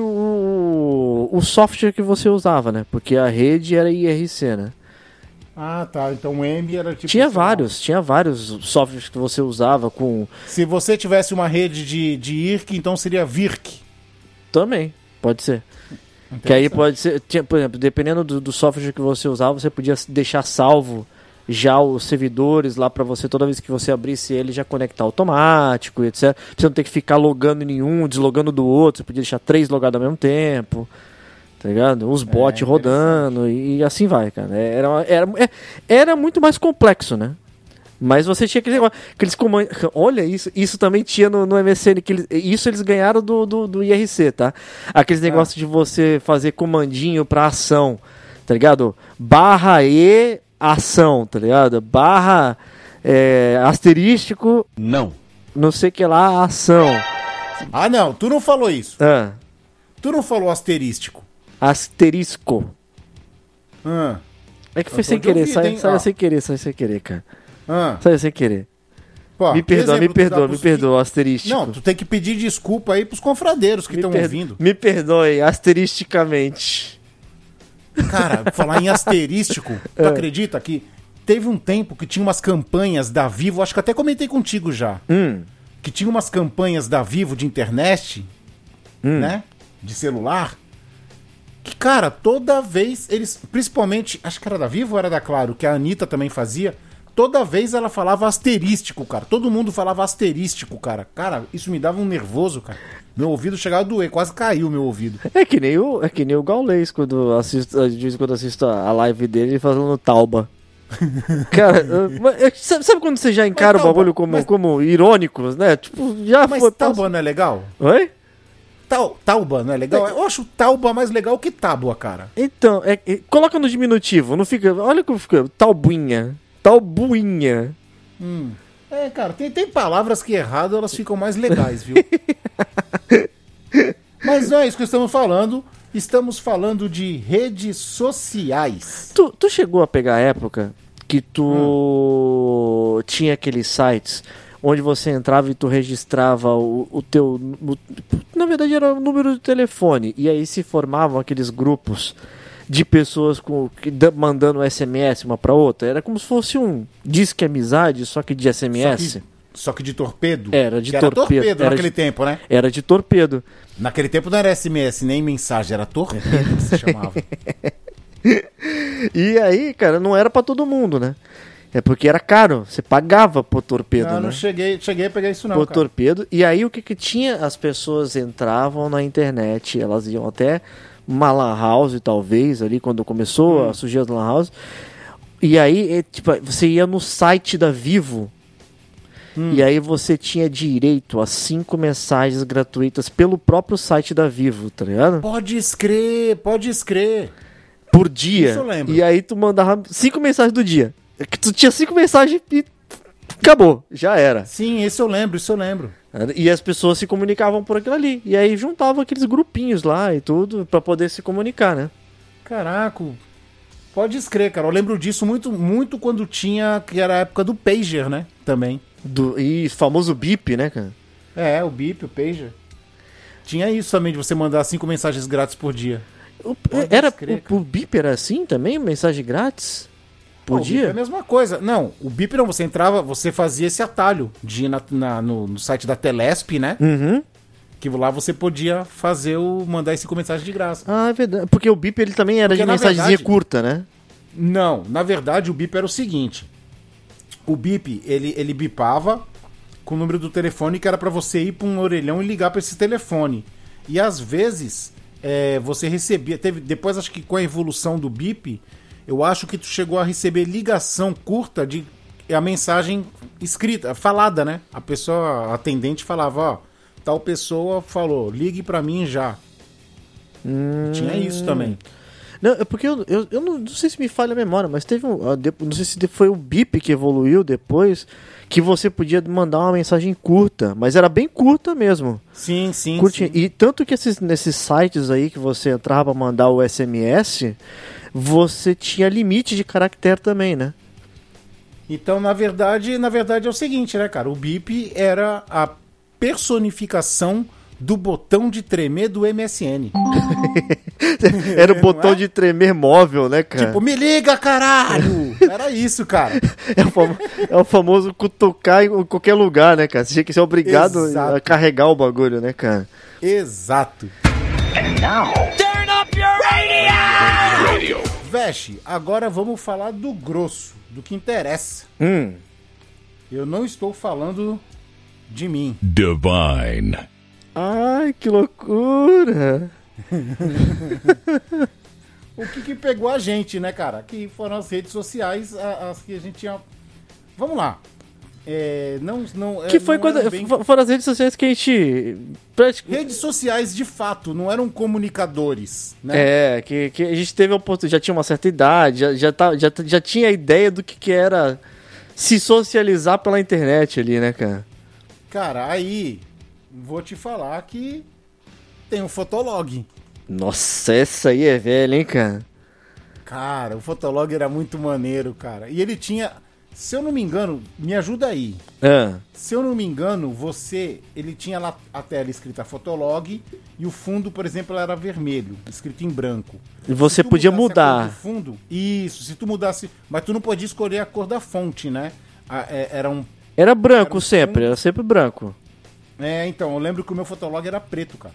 Speaker 5: o, o software que você usava, né? Porque a rede era I R C, né?
Speaker 4: Ah, tá. Então o M era tipo.
Speaker 5: Tinha
Speaker 4: sei lá,
Speaker 5: vários, tinha vários softwares que você usava com...
Speaker 4: Se você tivesse uma rede de, de I R C, então seria V I R C.
Speaker 5: Também, pode ser. Que aí pode ser, tinha, por exemplo, dependendo do, do software que você usava, você podia deixar salvo já os servidores lá pra você, toda vez que você abrisse ele, já conectar automático, etcétera. Você não ter que ficar logando em nenhum, deslogando do outro, você podia deixar três logados ao mesmo tempo, tá ligado? Os bots rodando e assim vai, cara. Era, era, era muito mais complexo, né? Mas você tinha aquele negócio, aqueles comandos. Olha isso, isso também tinha no, no M S N, que eles, isso eles ganharam do, do, do I R C, tá? Aqueles negócios de você fazer comandinho pra ação, tá ligado? Barra E ação, tá ligado? Barra é, asterístico,
Speaker 1: Não.
Speaker 5: não sei o que lá, ação.
Speaker 4: Ah, não, tu não falou isso.
Speaker 5: Ah,
Speaker 4: Tu não falou asterístico.
Speaker 5: asterisco.
Speaker 4: Ah,
Speaker 5: É que foi
Speaker 4: Eu tô
Speaker 5: sem
Speaker 4: de
Speaker 5: querer,
Speaker 4: ouvido,
Speaker 5: saiu,
Speaker 4: hein?
Speaker 5: saiu
Speaker 4: Ó.
Speaker 5: sem querer, saiu sem querer, cara.
Speaker 4: ah.
Speaker 5: Saiu sem querer.
Speaker 4: Pô,
Speaker 5: Me
Speaker 4: que
Speaker 5: perdoa, me
Speaker 4: exemplo tu dá
Speaker 5: perdoa, me
Speaker 4: pros-
Speaker 5: perdoa, asterístico.
Speaker 4: Não, tu tem que pedir desculpa aí pros confradeiros que
Speaker 5: me,
Speaker 4: estão
Speaker 5: per-
Speaker 4: ouvindo.
Speaker 5: me perdoe, asteristicamente.
Speaker 4: Cara, falar em asterístico, tu
Speaker 5: É.
Speaker 4: acredita que teve um tempo que tinha umas campanhas da Vivo, acho que até comentei contigo já,
Speaker 5: Hum,
Speaker 4: que tinha umas campanhas da Vivo de internet,
Speaker 5: hum.
Speaker 4: né, de celular, que, cara, toda vez eles, principalmente, acho que era da Vivo ou era da Claro, que a Anitta também fazia, toda vez ela falava asterístico, cara, todo mundo falava asterístico, cara, cara, isso me dava um nervoso, cara, meu ouvido chegava a doer, quase caiu meu ouvido.
Speaker 5: É que nem o, é que nem o Gaulês, quando assisto, de vez em quando assisto a a live dele, ele falando Tauba. Cara, eu- mas, é, sabe, sabe quando você já encara o
Speaker 4: Tauba,
Speaker 5: bagulho como,
Speaker 4: mas-
Speaker 5: como irônicos, né? Tipo, já
Speaker 4: Mas
Speaker 5: foi.
Speaker 4: Tauba não é legal?
Speaker 5: Oi?
Speaker 4: Tal, tauba, não é legal? Eu acho tauba mais legal que tábua, cara.
Speaker 5: Então, é, é- coloca no diminutivo, não fica. Olha como fica. Taubuinha. Taubuinha.
Speaker 4: Hum. É, cara, tem, tem palavras que errado elas ficam mais legais, viu? Mas não é isso que estamos falando. Estamos falando de redes sociais.
Speaker 5: Tu, tu chegou a pegar a época que tu tinha aqueles sites onde você entrava e tu registrava o, o teu... o- na verdade era o número de telefone. E aí se formavam aqueles grupos de pessoas com, que, da- mandando S M S uma pra outra. Era como se fosse um disque amizade, só que de S M S.
Speaker 4: Só que, só que de torpedo.
Speaker 5: Era de
Speaker 4: que
Speaker 5: torpedo,
Speaker 4: Era torpedo
Speaker 5: era
Speaker 4: naquele
Speaker 5: de-
Speaker 4: tempo, né?
Speaker 5: Era de torpedo.
Speaker 4: Naquele tempo não era S M S nem mensagem, era torpedo que se chamava.
Speaker 5: E aí, cara, não era pra todo mundo, né? É porque era caro. Você pagava por torpedo,
Speaker 4: Não,
Speaker 5: né?
Speaker 4: não cheguei, cheguei a pegar isso não,
Speaker 5: Por
Speaker 4: cara.
Speaker 5: torpedo. E aí o que que tinha? As pessoas entravam na internet, elas iam até uma lan house, talvez, ali quando começou
Speaker 4: Hum.
Speaker 5: a surgir as lan house. E aí, é, tipo, você ia no site da Vivo.
Speaker 4: Hum.
Speaker 5: E aí você tinha direito a cinco mensagens gratuitas pelo próprio site da Vivo, tá ligado?
Speaker 4: Pode escrever, pode escrever.
Speaker 5: Por dia.
Speaker 4: Isso eu lembro.
Speaker 5: E aí tu mandava cinco mensagens do dia. É que tu tinha cinco mensagens e acabou, já era.
Speaker 4: Sim, isso eu lembro, isso eu lembro.
Speaker 5: E as pessoas se comunicavam por aquilo ali. E aí juntavam aqueles grupinhos lá e tudo pra poder se comunicar, né?
Speaker 4: Caraca, pode escrever, cara. Eu lembro disso muito, muito quando tinha, que era a época do pager, né? Também.
Speaker 5: Do, e famoso bip, né, cara?
Speaker 4: É, o bip, o pager. Tinha isso também, de você mandar cinco mensagens grátis por dia.
Speaker 5: O,
Speaker 4: Pode
Speaker 5: era,
Speaker 4: escrever,
Speaker 5: o, o bip era assim também? Mensagem grátis? Por
Speaker 4: Pô,
Speaker 5: dia?
Speaker 4: O bip é a mesma coisa. Não, o bip não, você entrava, você fazia esse atalho de ir na, na- no, no site da Telesp, né?
Speaker 5: Uhum.
Speaker 4: Que lá você podia fazer o mandar esse cinco mensagens de graça.
Speaker 5: Ah, é verdade. Porque o bip ele também era
Speaker 4: Porque,
Speaker 5: de
Speaker 4: na
Speaker 5: mensagenzinha
Speaker 4: verdade-
Speaker 5: curta, né?
Speaker 4: Não, na verdade o bip era o seguinte. O bip, ele, ele bipava com o número do telefone que era pra você ir pra um orelhão e ligar pra esse telefone. E às vezes é, você recebia, teve, depois acho que com a evolução do bip, eu acho que tu chegou a receber ligação curta de a mensagem escrita, falada, né? A pessoa, a atendente falava, ó, tal pessoa falou, ligue pra mim já.
Speaker 5: Hum...
Speaker 4: Tinha isso também.
Speaker 5: Não, é porque eu, eu, eu não, não sei se me falha a memória, mas teve um. ah, de- Não sei se foi o bip que evoluiu depois, que você podia mandar uma mensagem curta, mas era bem curta mesmo.
Speaker 4: Sim, sim,
Speaker 5: Curtinha.
Speaker 4: sim.
Speaker 5: E tanto que esses, nesses sites aí que você entrava pra mandar o S M S, você tinha limite de caractere também, né?
Speaker 4: Então, na verdade, na verdade é o seguinte, né, cara? O bip era a personificação do botão de tremer do M S N.
Speaker 5: Era o
Speaker 4: Não
Speaker 5: botão
Speaker 4: é?
Speaker 5: de tremer móvel, né, cara?
Speaker 4: Tipo, me liga, caralho! Era isso, cara.
Speaker 5: É, o famo- é o famoso cutucar em qualquer lugar, né, cara? Você tinha que ser obrigado
Speaker 4: Exato.
Speaker 5: a carregar o bagulho, né, cara?
Speaker 4: Exato. Veste, agora vamos falar do grosso, do que interessa.
Speaker 5: Hum.
Speaker 4: Eu não estou falando de mim.
Speaker 1: Divine.
Speaker 5: Ai, que loucura!
Speaker 4: O que, que pegou a gente, né, cara? Que foram as redes sociais, a- as que a gente tinha... Vamos lá. É, não, não,
Speaker 5: Que
Speaker 4: é,
Speaker 5: foi
Speaker 4: não
Speaker 5: quando.
Speaker 4: eram bem-
Speaker 5: fo- Foram as redes sociais que a gente. prati-
Speaker 4: Redes sociais, de fato, não eram comunicadores, né?
Speaker 5: É, que, que a gente teve a oportunidade, já tinha uma certa idade, já, já, tá, já, já tinha a ideia do que, que era se socializar pela internet ali, né, cara?
Speaker 4: Cara, aí vou te falar que tem o Fotolog.
Speaker 5: Nossa, essa aí é velha, hein, cara?
Speaker 4: Cara, o Fotolog era muito maneiro, cara. E ele tinha, se eu não me engano, me ajuda aí.
Speaker 5: Ah,
Speaker 4: Se eu não me engano, você, ele tinha lá a tela escrita Fotolog e o fundo, por exemplo, era vermelho, escrito em branco.
Speaker 5: e você
Speaker 4: Se tu
Speaker 5: podia
Speaker 4: mudasse a cor
Speaker 5: mudar.
Speaker 4: do fundo, isso, se tu mudasse, mas tu não podia escolher a cor da fonte, né? A- é- era um,
Speaker 5: Era branco
Speaker 4: Era um
Speaker 5: sempre,
Speaker 4: fundo.
Speaker 5: era sempre branco.
Speaker 4: é, então, eu lembro que o meu Fotolog era preto, cara.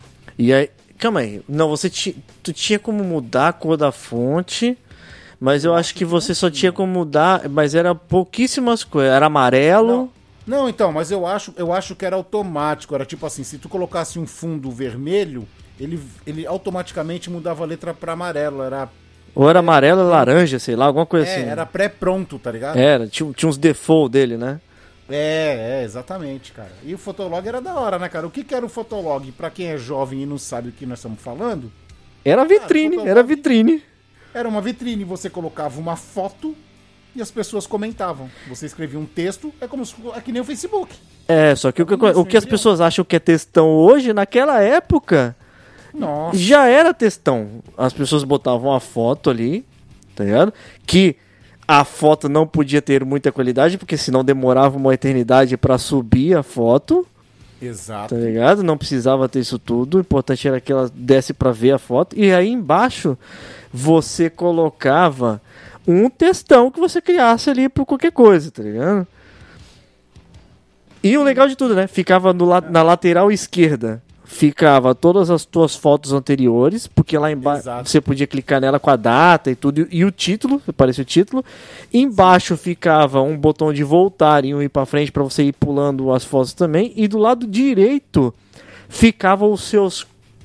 Speaker 5: E aí. Calma aí. Não, você ti, tu tinha como mudar a cor da fonte, mas eu acho que você só tinha como mudar. Mas era pouquíssimas coisas. Era amarelo.
Speaker 4: Não, então, mas eu acho, eu acho que era automático. Era tipo assim, se tu colocasse um fundo vermelho, ele, ele automaticamente mudava a letra pra amarelo. Era,
Speaker 5: Ou era amarelo ou laranja, sei lá, alguma coisa
Speaker 4: é,
Speaker 5: assim.
Speaker 4: era pré-pronto, tá ligado?
Speaker 5: Era, tinha, tinha uns default dele, né?
Speaker 4: É, é, exatamente, cara. E o Fotolog era da hora, né, cara? O que que era o Fotolog? Pra quem é jovem e não sabe o que nós estamos falando,
Speaker 5: Era vitrine,
Speaker 4: Fotolog-
Speaker 5: era vitrine.
Speaker 4: era uma vitrine. Você colocava uma foto e as pessoas comentavam. Você escrevia um texto, é como se, é que nem o Facebook.
Speaker 5: É, só que o que,
Speaker 4: Como
Speaker 5: o que as
Speaker 4: assim,
Speaker 5: pessoas acham que é textão hoje, naquela época,
Speaker 4: Nossa.
Speaker 5: já era textão. As pessoas botavam a foto ali, tá ligado? Que a foto não podia ter muita qualidade, porque senão demorava uma eternidade pra subir a foto,
Speaker 4: Exato.
Speaker 5: tá ligado? Não precisava ter isso tudo, o importante era que ela desse pra ver a foto. E aí embaixo você colocava um textão que você criasse ali por qualquer coisa, tá ligado? E o legal de tudo, né? Ficava no la- na lateral esquerda. Ficava todas as tuas fotos anteriores, porque lá embaixo
Speaker 4: Exato.
Speaker 5: você podia clicar nela com a data e tudo, e o título, aparecia o título. Embaixo ficava um botão de voltar e um ir pra frente pra você ir pulando as fotos também. E do lado direito ficavam os seus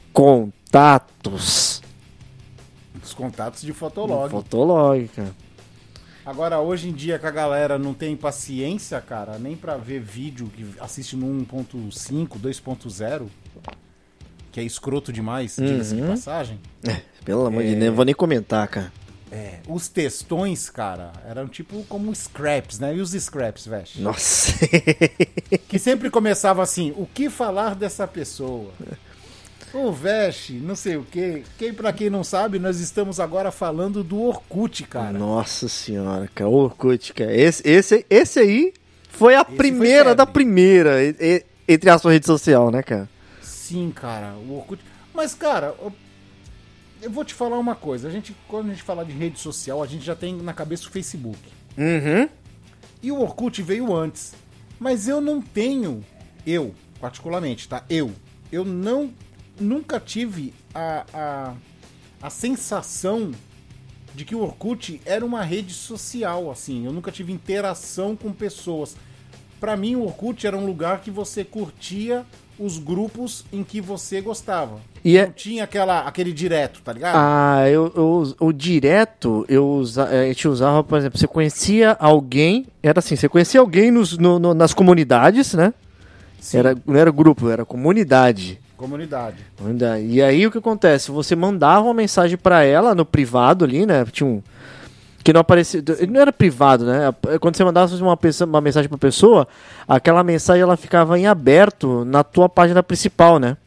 Speaker 5: contatos.
Speaker 4: Os contatos de Fotolog.
Speaker 5: Fotolog, cara.
Speaker 4: Agora, hoje em dia, que a galera não tem paciência, cara, nem pra ver vídeo que assiste no um ponto cinco, dois ponto zero, que é escroto demais, diga-se de
Speaker 5: Uhum.
Speaker 4: passagem.
Speaker 5: Pelo amor de
Speaker 4: É.
Speaker 5: Deus, não vou nem comentar, cara.
Speaker 4: É, os textões, cara, eram tipo como scraps, né? E os scraps, velho?
Speaker 5: Nossa.
Speaker 4: Que sempre começava assim, o que falar dessa pessoa? O Veste, não sei o quê. Quem, pra quem não sabe, nós estamos agora falando do Orkut, cara.
Speaker 5: Nossa senhora, cara. Orkut, cara. Esse, esse, esse aí foi a
Speaker 4: Esse
Speaker 5: primeira
Speaker 4: foi
Speaker 5: da
Speaker 4: febre.
Speaker 5: primeira, e- e- entre a sua rede social, né, cara?
Speaker 4: Sim, cara, o Orkut. Mas, cara, eu, eu vou te falar uma coisa. A gente, quando a gente fala de rede social, a gente já tem na cabeça o Facebook.
Speaker 5: Uhum.
Speaker 4: E o Orkut veio antes. Mas eu não tenho, eu, particularmente, tá? Eu. Eu não, nunca tive a, a, a sensação de que o Orkut era uma rede social, assim. Eu nunca tive interação com pessoas. Pra mim, o Orkut era um lugar que você curtia os grupos em que você gostava.
Speaker 5: E
Speaker 4: Não
Speaker 5: é-
Speaker 4: tinha aquela, aquele direto, tá ligado?
Speaker 5: Ah, eu, eu- o direto, eu usa, a gente usava, por exemplo, você conhecia alguém, era assim, você conhecia alguém nos, no- no- nas comunidades, né?
Speaker 4: Sim,
Speaker 5: Era, não era grupo, era comunidade.
Speaker 4: comunidade.
Speaker 5: Comunidade. E aí o que acontece? Você mandava uma mensagem pra ela no privado ali, né? Tinha um. Que não aparecia. Não era privado, né? Quando você mandava uma, pessoa, uma mensagem pra pessoa, aquela mensagem ela ficava em aberto na tua página principal, né?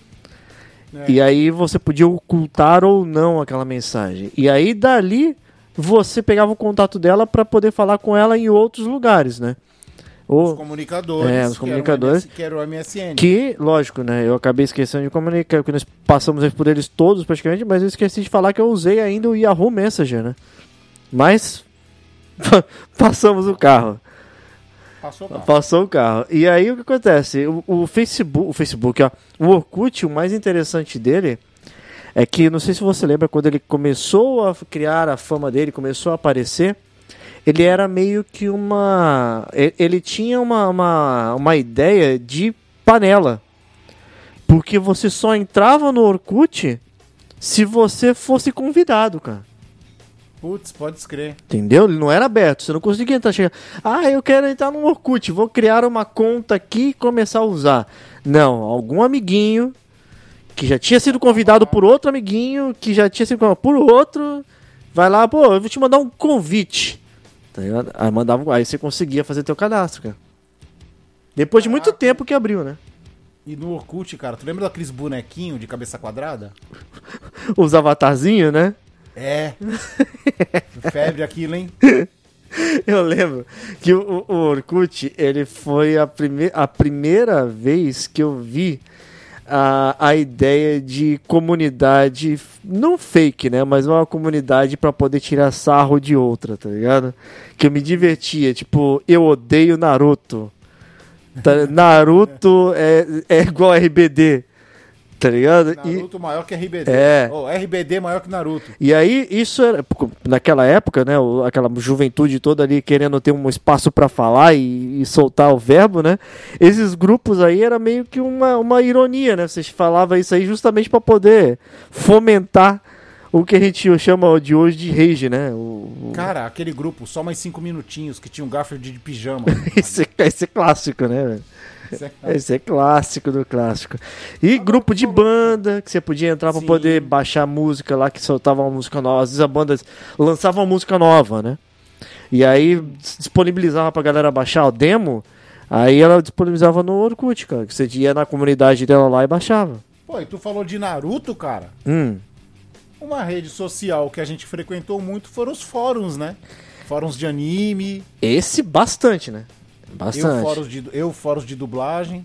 Speaker 4: É.
Speaker 5: E aí você podia ocultar ou não aquela mensagem. E aí dali você pegava o contato dela pra poder falar com ela em outros lugares, né?
Speaker 4: Os
Speaker 5: Ou,
Speaker 4: comunicadores.
Speaker 5: É, os
Speaker 4: que
Speaker 5: comunicadores.
Speaker 4: Era o, M S, que era o M S N.
Speaker 5: que, lógico, né? Eu acabei esquecendo de comunicar, porque nós passamos por eles todos praticamente, mas eu esqueci de falar que eu usei ainda o Yahoo Messenger, né? Mas passamos o carro.
Speaker 4: Passou pra
Speaker 5: Passou o carro. E aí o que acontece? O, o Facebook, o Facebook, ó, o Orkut, o mais interessante dele é que, não sei se você lembra, quando ele começou a criar a fama dele, começou a aparecer, ele era meio que uma... e- Ele tinha uma, uma, uma ideia de panela. Porque você só entrava no Orkut se você fosse convidado, cara.
Speaker 4: Putz, pode escrever.
Speaker 5: Entendeu? Ele não era aberto, você não conseguia entrar. Chegar, ah, eu quero entrar no Orkut, vou criar uma conta aqui e começar a usar. Não, algum amiguinho que já tinha sido convidado por outro amiguinho, que já tinha sido convidado por outro, vai lá, pô, eu vou te mandar um convite. Tá ligado? Aí, mandava, aí você conseguia fazer teu cadastro, cara. Depois de muito
Speaker 4: Caraca.
Speaker 5: tempo que abriu, né?
Speaker 4: E no Orkut, cara, tu lembra daqueles bonequinhos de cabeça quadrada?
Speaker 5: Os avatarzinhos, né?
Speaker 4: É. Febre aquilo, hein?
Speaker 5: Eu lembro que o, o Orkut, ele foi a, prime a primeira vez que eu vi a, a ideia de comunidade, não fake, né? Mas uma comunidade pra poder tirar sarro de outra, tá ligado? Que eu me divertia, tipo, eu odeio Naruto. Tá- Naruto é, é igual R B D, tá ligado? E-
Speaker 4: Naruto maior que R B D.
Speaker 5: É.
Speaker 4: Oh, R B D maior que Naruto.
Speaker 5: E aí, isso era, naquela época, né, o- aquela juventude toda ali querendo ter um espaço pra falar e, e soltar o verbo, né, esses grupos aí era meio que uma, uma ironia, né, vocês falavam isso aí justamente pra poder fomentar o que a gente chama de hoje de rage, né, o, o-
Speaker 4: Cara, aquele grupo, só mais cinco minutinhos, que tinha um Garfield de pijama.
Speaker 5: esse, esse é clássico, né, velho?
Speaker 4: Isso é-
Speaker 5: Esse é clássico do clássico. E grupo de banda, que você podia entrar pra
Speaker 4: Sim.
Speaker 5: poder baixar música lá, que soltava uma música nova. Às vezes a banda lançava uma música nova, né? E aí disponibilizava pra galera baixar o demo. Aí ela disponibilizava no Orkut, cara. Que você ia na comunidade dela lá e baixava.
Speaker 4: Pô, e tu falou de Naruto, cara?
Speaker 5: Hum.
Speaker 4: Uma rede social que a gente frequentou muito foram os fóruns, né? Fóruns de anime,
Speaker 5: Esse bastante, né?
Speaker 4: eu
Speaker 5: Bastante.
Speaker 4: fóruns, de, eu fóruns de dublagem.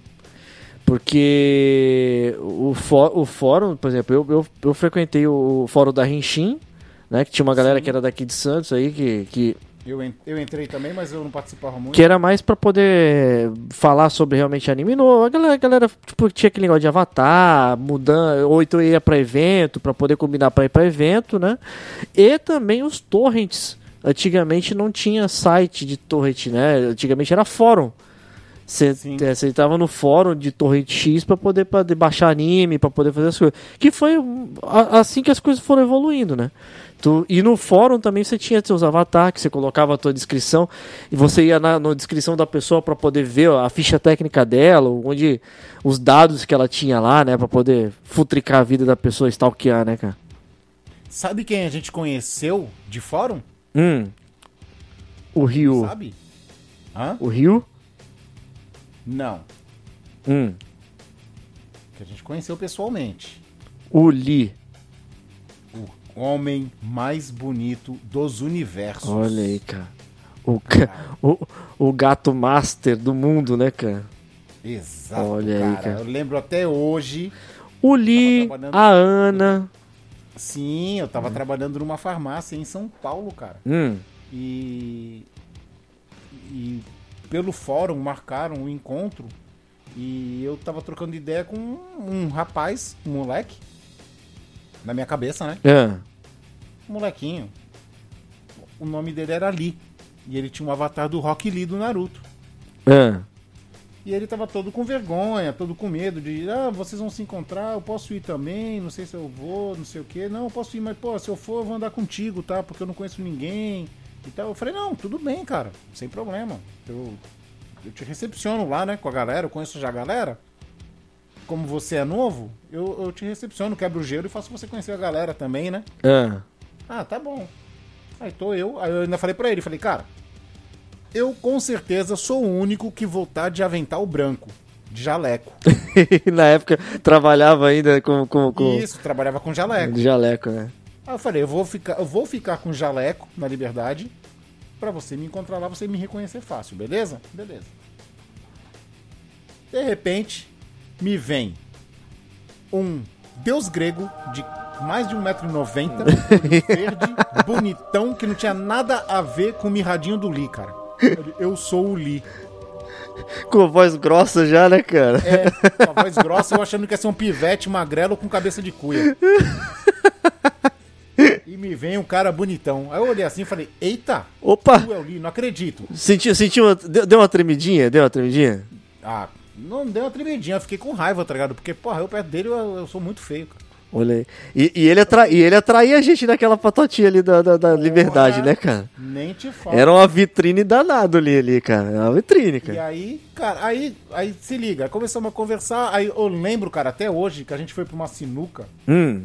Speaker 5: Porque o, fó- o fórum, por exemplo, eu, eu, eu frequentei o fórum da Rinchin, né? Que tinha uma galera
Speaker 4: Sim.
Speaker 5: que era daqui de Santos aí, que, que,
Speaker 4: Eu, en- eu entrei também, mas eu não participava muito.
Speaker 5: que era mais pra poder falar sobre realmente anime novo. A galera, a galera tipo, tinha aquele negócio de avatar, mudando, ou então ia pra evento, pra poder combinar pra ir pra evento, né? E também os torrents. Antigamente não tinha site de torrent, né? Antigamente era fórum. Você
Speaker 4: Sim.
Speaker 5: é, você estava no fórum de Torrent X para poder, poder baixar anime, para poder fazer as coisas. Que foi hum, a- assim que as coisas foram evoluindo, né? Tu, e no fórum também você tinha seus avatares, que você colocava a tua descrição e você ia na, na descrição da pessoa para poder ver a ficha técnica dela, onde os dados que ela tinha lá, né? Para poder futricar a vida da pessoa, stalkear, né, cara?
Speaker 4: Sabe quem a gente conheceu de fórum?
Speaker 5: Hum. O Rio.
Speaker 4: Sabe? Hã?
Speaker 5: O Rio?
Speaker 4: Não.
Speaker 5: Hum.
Speaker 4: Que a gente conheceu pessoalmente.
Speaker 5: O Li.
Speaker 4: O homem mais bonito dos universos.
Speaker 5: Olha aí, cara. O, ca- o, o gato master do mundo, né, cara?
Speaker 4: Exato,
Speaker 5: Olha
Speaker 4: cara.
Speaker 5: aí, cara.
Speaker 4: Eu lembro até hoje.
Speaker 5: O Lee,
Speaker 4: Tava trabalhando-
Speaker 5: a Ana.
Speaker 4: Sim, eu tava trabalhando numa farmácia em São Paulo, cara.
Speaker 5: Hum,
Speaker 4: E, e pelo fórum marcaram um encontro e eu tava trocando ideia com um, um rapaz, um moleque, na minha cabeça, né?
Speaker 5: é.
Speaker 4: Um molequinho. O nome dele era Lee e ele tinha um avatar do Rock Lee do Naruto.
Speaker 5: É.
Speaker 4: E ele tava todo com vergonha, todo com medo de, ah, vocês vão se encontrar, eu posso ir também, não sei se eu vou, não sei o que. Não, eu posso ir, mas pô, se eu for eu vou andar contigo, tá? Porque eu não conheço ninguém e tal. Eu falei, não, tudo bem, cara, sem problema. Eu, eu te recepciono lá, né, com a galera, eu conheço já a galera. Como você é novo, eu, eu te recepciono, quebro o gelo e faço você conhecer a galera também, né?
Speaker 5: É.
Speaker 4: Ah, tá bom. Aí tô eu, aí eu ainda falei pra ele, falei, cara, eu com certeza sou o único que vou estar de avental branco, de jaleco.
Speaker 5: Na época trabalhava ainda com, com, com
Speaker 4: Isso, trabalhava com jaleco.
Speaker 5: jaleco, né?
Speaker 4: Aí eu falei, eu vou ficar, eu vou ficar com jaleco na Liberdade pra você me encontrar lá, você me reconhecer fácil, beleza? Beleza. De repente, me vem um deus grego de mais de um metro e noventa, verde, bonitão, que não tinha nada a ver com o mirradinho do Lee, cara. Eu, eu sou o Lee.
Speaker 5: Com voz grossa já, né, cara?
Speaker 4: É, com a voz grossa, eu achando que ia ser um pivete magrelo com cabeça de cuia. E me vem um cara bonitão. Aí eu olhei assim e falei, eita,
Speaker 5: Opa!
Speaker 4: tu é o Lee, não acredito.
Speaker 5: Sentiu, sentiu uma, deu, deu uma tremidinha? Deu uma tremidinha?
Speaker 4: Ah, não deu uma tremidinha, eu fiquei com raiva, tá ligado? Porque, porra, eu perto dele eu, eu sou muito feio, cara.
Speaker 5: Olha aí. E, e, ele atra, e ele atraía a gente naquela patotinha ali da, da, da Liberdade, né, cara?
Speaker 4: Nem te falo.
Speaker 5: Era uma vitrine danada ali, ali, cara. Era uma vitrine,
Speaker 4: E
Speaker 5: cara.
Speaker 4: aí, cara, aí, aí se liga, começamos a conversar, aí eu lembro, cara, até hoje, que a gente foi pra uma sinuca
Speaker 5: Hum.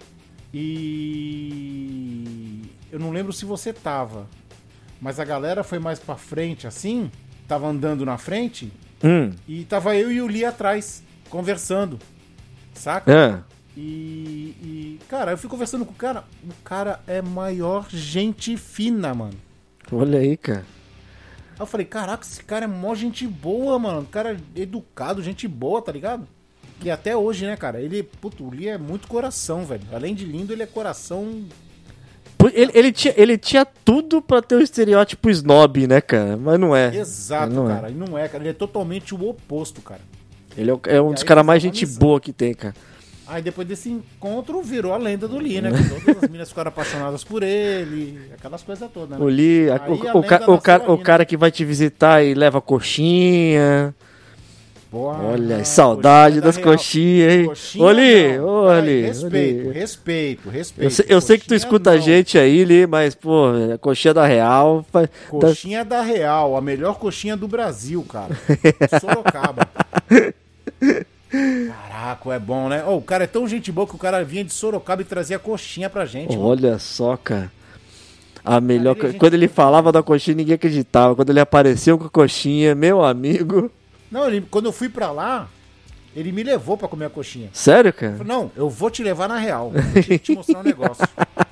Speaker 4: e eu não lembro se você tava, mas a galera foi mais pra frente, assim, tava andando na frente
Speaker 5: Hum.
Speaker 4: e tava eu e o Lee atrás, conversando, saca?
Speaker 5: É.
Speaker 4: E, e, cara, eu fui conversando com o cara, o cara é maior gente fina, mano.
Speaker 5: Olha aí, cara.
Speaker 4: Aí eu falei, caraca, esse cara é mó gente boa, mano. Um cara educado, gente boa, tá ligado? E até hoje, né, cara? Ele, puto, o Lee é muito coração, velho. Além de lindo, ele é coração.
Speaker 5: Pô, Ele, ele, tinha, ele tinha tudo pra ter o estereótipo snob, né, cara? Mas não é.
Speaker 4: Exato,
Speaker 5: Não é.
Speaker 4: cara. E não é, cara. Ele é totalmente o oposto, cara.
Speaker 5: Ele é, o- é um
Speaker 4: E
Speaker 5: dos
Speaker 4: aí
Speaker 5: caras
Speaker 4: fez
Speaker 5: mais
Speaker 4: uma
Speaker 5: gente
Speaker 4: missão.
Speaker 5: boa que tem, cara.
Speaker 4: Aí depois desse encontro, virou a lenda do Lee, né? Todas as meninas ficaram apaixonadas por ele, aquelas coisas todas, né?
Speaker 5: O Lee, a-
Speaker 4: Aí
Speaker 5: o,
Speaker 4: a
Speaker 5: o,
Speaker 4: lenda
Speaker 5: ca- o,
Speaker 4: nasceu
Speaker 5: cara,
Speaker 4: ali,
Speaker 5: o
Speaker 4: né?
Speaker 5: cara que vai te visitar e leva coxinha.
Speaker 4: Porra,
Speaker 5: Olha, saudade
Speaker 4: coxinha
Speaker 5: das
Speaker 4: da Real.
Speaker 5: coxinhas, hein?
Speaker 4: Coxinha
Speaker 5: Ô, Lee,
Speaker 4: não.
Speaker 5: ô,
Speaker 4: Peraí,
Speaker 5: Lee,
Speaker 4: Respeito,
Speaker 5: Lee.
Speaker 4: respeito, respeito.
Speaker 5: Eu sei, eu sei que tu
Speaker 4: Coxinha
Speaker 5: escuta a
Speaker 4: não.
Speaker 5: gente aí, Lee, mas, pô, a coxinha da Real. fa- da-
Speaker 4: Coxinha da Real, a melhor coxinha do Brasil, cara. Sorocaba. Caraca, é bom, né? Ô, o cara é tão gente boa que o cara vinha de Sorocaba e trazia coxinha pra gente. mano.
Speaker 5: Olha só, cara. A melhor.
Speaker 4: Cara, ele é
Speaker 5: co-
Speaker 4: gente
Speaker 5: Quando ele
Speaker 4: boa.
Speaker 5: falava da coxinha, ninguém acreditava. Quando ele apareceu com a coxinha, meu amigo.
Speaker 4: Não, ele, quando eu fui pra lá, ele me levou pra comer a coxinha.
Speaker 5: Sério,
Speaker 4: Eu
Speaker 5: cara?
Speaker 4: falei, não, eu vou te levar na Real. Eu tinha que te mostrar um negócio.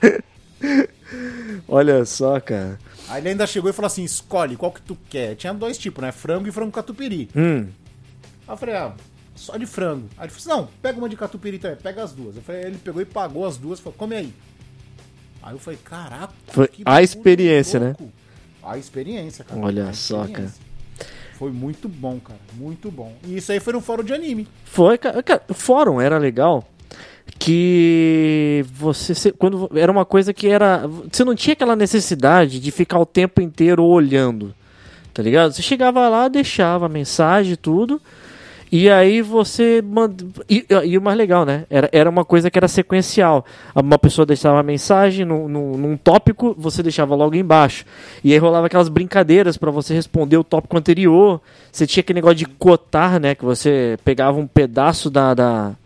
Speaker 5: Olha só, cara.
Speaker 4: Aí ele ainda chegou e falou assim, escolhe qual que tu quer. Tinha dois tipos, né? Frango e frango catupiry.
Speaker 5: Hum.
Speaker 4: Aí eu falei, ah, só de frango. Aí ele falou assim, não, pega uma de catupiry também, pega as duas. Eu falei, ele pegou e pagou as duas, falou, come aí. Aí eu falei, caraca,
Speaker 5: Foi
Speaker 4: que
Speaker 5: a
Speaker 4: bagulho
Speaker 5: experiência, né?
Speaker 4: louco. A experiência, cara.
Speaker 5: Olha
Speaker 4: A
Speaker 5: só,
Speaker 4: experiência. Foi muito bom, cara, muito bom. E isso aí foi no fórum de anime.
Speaker 5: Foi, cara. Cara, o fórum era legal. Que você. se- Quando era uma coisa que era. Você não tinha aquela necessidade de ficar o tempo inteiro olhando. Tá ligado? Você chegava lá, deixava a mensagem e tudo. E aí você manda. E, e o mais legal, né? Era, era uma coisa que era sequencial. Uma pessoa deixava a mensagem num, num, num tópico, você deixava logo embaixo. E aí rolava aquelas brincadeiras pra você responder o tópico anterior. Você tinha aquele negócio de cotar, né? Que você pegava um pedaço da. da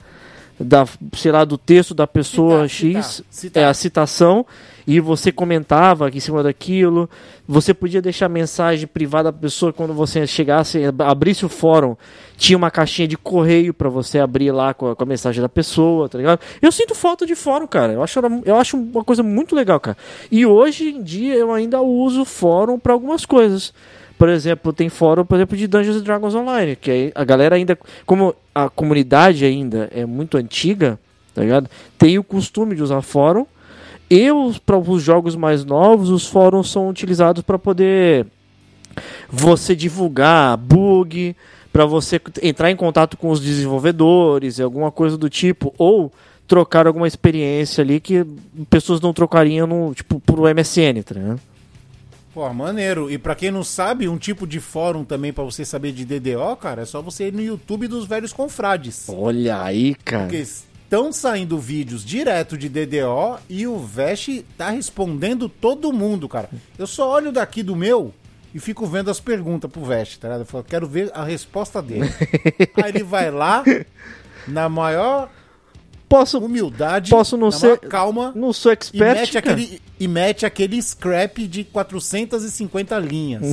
Speaker 5: da, sei lá, do texto da pessoa
Speaker 4: Citar,
Speaker 5: X,
Speaker 4: citar, citar.
Speaker 5: é a citação, e você comentava aqui em cima daquilo. Você podia deixar mensagem privada pra pessoa quando você chegasse, abrisse o fórum, tinha uma caixinha de correio pra você abrir lá com a, com a mensagem da pessoa, tá ligado? Eu sinto falta de fórum, cara. Eu acho, eu acho uma coisa muito legal, cara. E hoje em dia eu ainda uso fórum pra algumas coisas. Por exemplo, tem fórum, por exemplo, de Dungeons and Dragons Online, que aí a galera ainda, como a comunidade ainda é muito antiga, tá ligado? Tem o costume de usar fórum. E para os jogos mais novos, os fóruns são utilizados para poder você divulgar bug, para você entrar em contato com os desenvolvedores, alguma coisa do tipo, ou trocar alguma experiência ali que pessoas não trocariam no, tipo, por M S N, tá ligado?
Speaker 4: Pô, maneiro. E pra quem não sabe, um tipo de fórum também pra você saber de D D O, cara, é só você ir no YouTube dos Velhos Confrades.
Speaker 5: Olha aí, cara.
Speaker 4: Porque estão saindo vídeos direto de D D O e o Vest tá respondendo todo mundo, cara. Eu só olho daqui do meu e fico vendo as perguntas pro Vest, tá ligado? Eu falo, quero ver a resposta dele. Aí ele vai lá, na maior
Speaker 5: posso,
Speaker 4: humildade,
Speaker 5: posso não
Speaker 4: na
Speaker 5: ser,
Speaker 4: maior calma,
Speaker 5: não sou expert,
Speaker 4: e mete, aquele, e mete aquele scrap de quatrocentas e cinquenta linhas.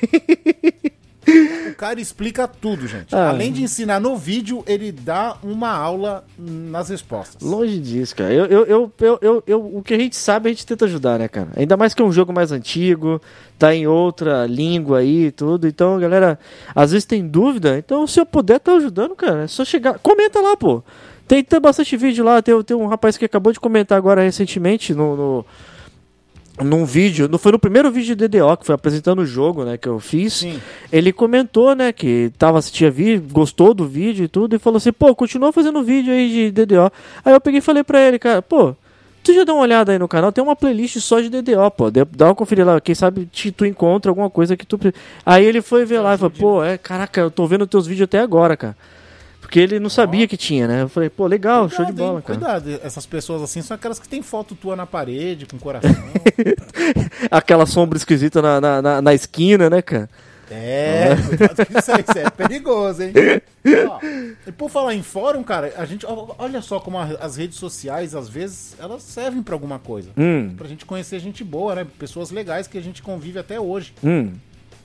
Speaker 4: O cara explica tudo, gente.
Speaker 5: Ah.
Speaker 4: Além de ensinar no vídeo, ele dá uma aula nas respostas.
Speaker 5: Longe disso, cara. Eu, eu, eu, eu, eu, eu, o que a gente sabe, a gente tenta ajudar, né, cara? Ainda mais que é um jogo mais antigo, tá em outra língua aí e tudo. Então, galera, às vezes tem dúvida. Então, se eu puder, tá ajudando, cara. É só chegar. Comenta lá, pô. Tem, tem bastante vídeo lá. Tem, tem um rapaz que acabou de comentar agora recentemente no... no num vídeo, não foi no primeiro vídeo de D D O que foi apresentando o jogo, né, que eu fiz.
Speaker 4: Sim.
Speaker 5: Ele comentou, né, que tava, tinha vídeo, gostou do vídeo e tudo, e falou assim, pô, continua fazendo vídeo aí de D D O. Aí eu peguei e falei pra ele, cara, pô, tu já dá uma olhada aí no canal, tem uma playlist só de D D O, pô, dá uma conferida lá, quem sabe te, tu encontra alguma coisa que tu... Aí ele foi ver lá e falou, pô, é, caraca, eu tô vendo teus vídeos até agora, cara. Porque ele não sabia que tinha, né? Eu falei, pô, legal,
Speaker 4: Cuidado,
Speaker 5: show de bola,
Speaker 4: hein?
Speaker 5: cara.
Speaker 4: Cuidado, essas pessoas assim são aquelas que tem foto tua na parede, com coração.
Speaker 5: Aquela sombra esquisita na, na, na, na esquina, né, cara?
Speaker 4: É, cuidado com isso aí, isso é perigoso, hein? Ó, e por falar em fórum, cara, a gente, olha só como a, as redes sociais, às vezes, elas servem pra alguma coisa.
Speaker 5: Hum.
Speaker 4: Pra gente conhecer gente boa, né? Pessoas legais que a gente convive até hoje.
Speaker 5: Hum.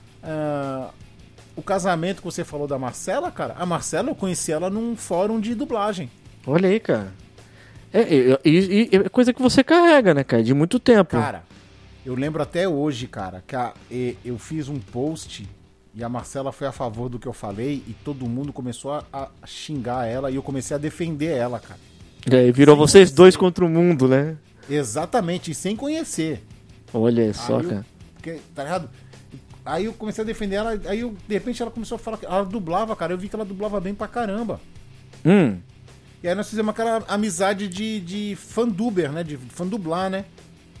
Speaker 4: Ah, o casamento que você falou da Marcela, cara, a Marcela eu conheci ela num fórum de dublagem.
Speaker 5: Olha aí, cara. É, é, é, é coisa que você carrega, né, cara? De muito tempo.
Speaker 4: Cara, eu lembro até hoje, cara, que a, e, eu fiz um post e a Marcela foi a favor do que eu falei e todo mundo começou a, a xingar ela e eu comecei a defender ela, cara.
Speaker 5: É, virou
Speaker 4: Sem
Speaker 5: vocês
Speaker 4: conhecer.
Speaker 5: dois contra o mundo, né?
Speaker 4: Exatamente, e sem conhecer.
Speaker 5: Olha só,
Speaker 4: Aí eu-
Speaker 5: cara.
Speaker 4: porque, tá ligado? Aí eu comecei a defender ela, aí eu, de repente ela começou a falar que ela dublava, cara, eu vi que ela dublava bem pra caramba.
Speaker 5: Hum.
Speaker 4: E aí nós fizemos aquela amizade de, de fã-duber, né? De fã-dublar, né?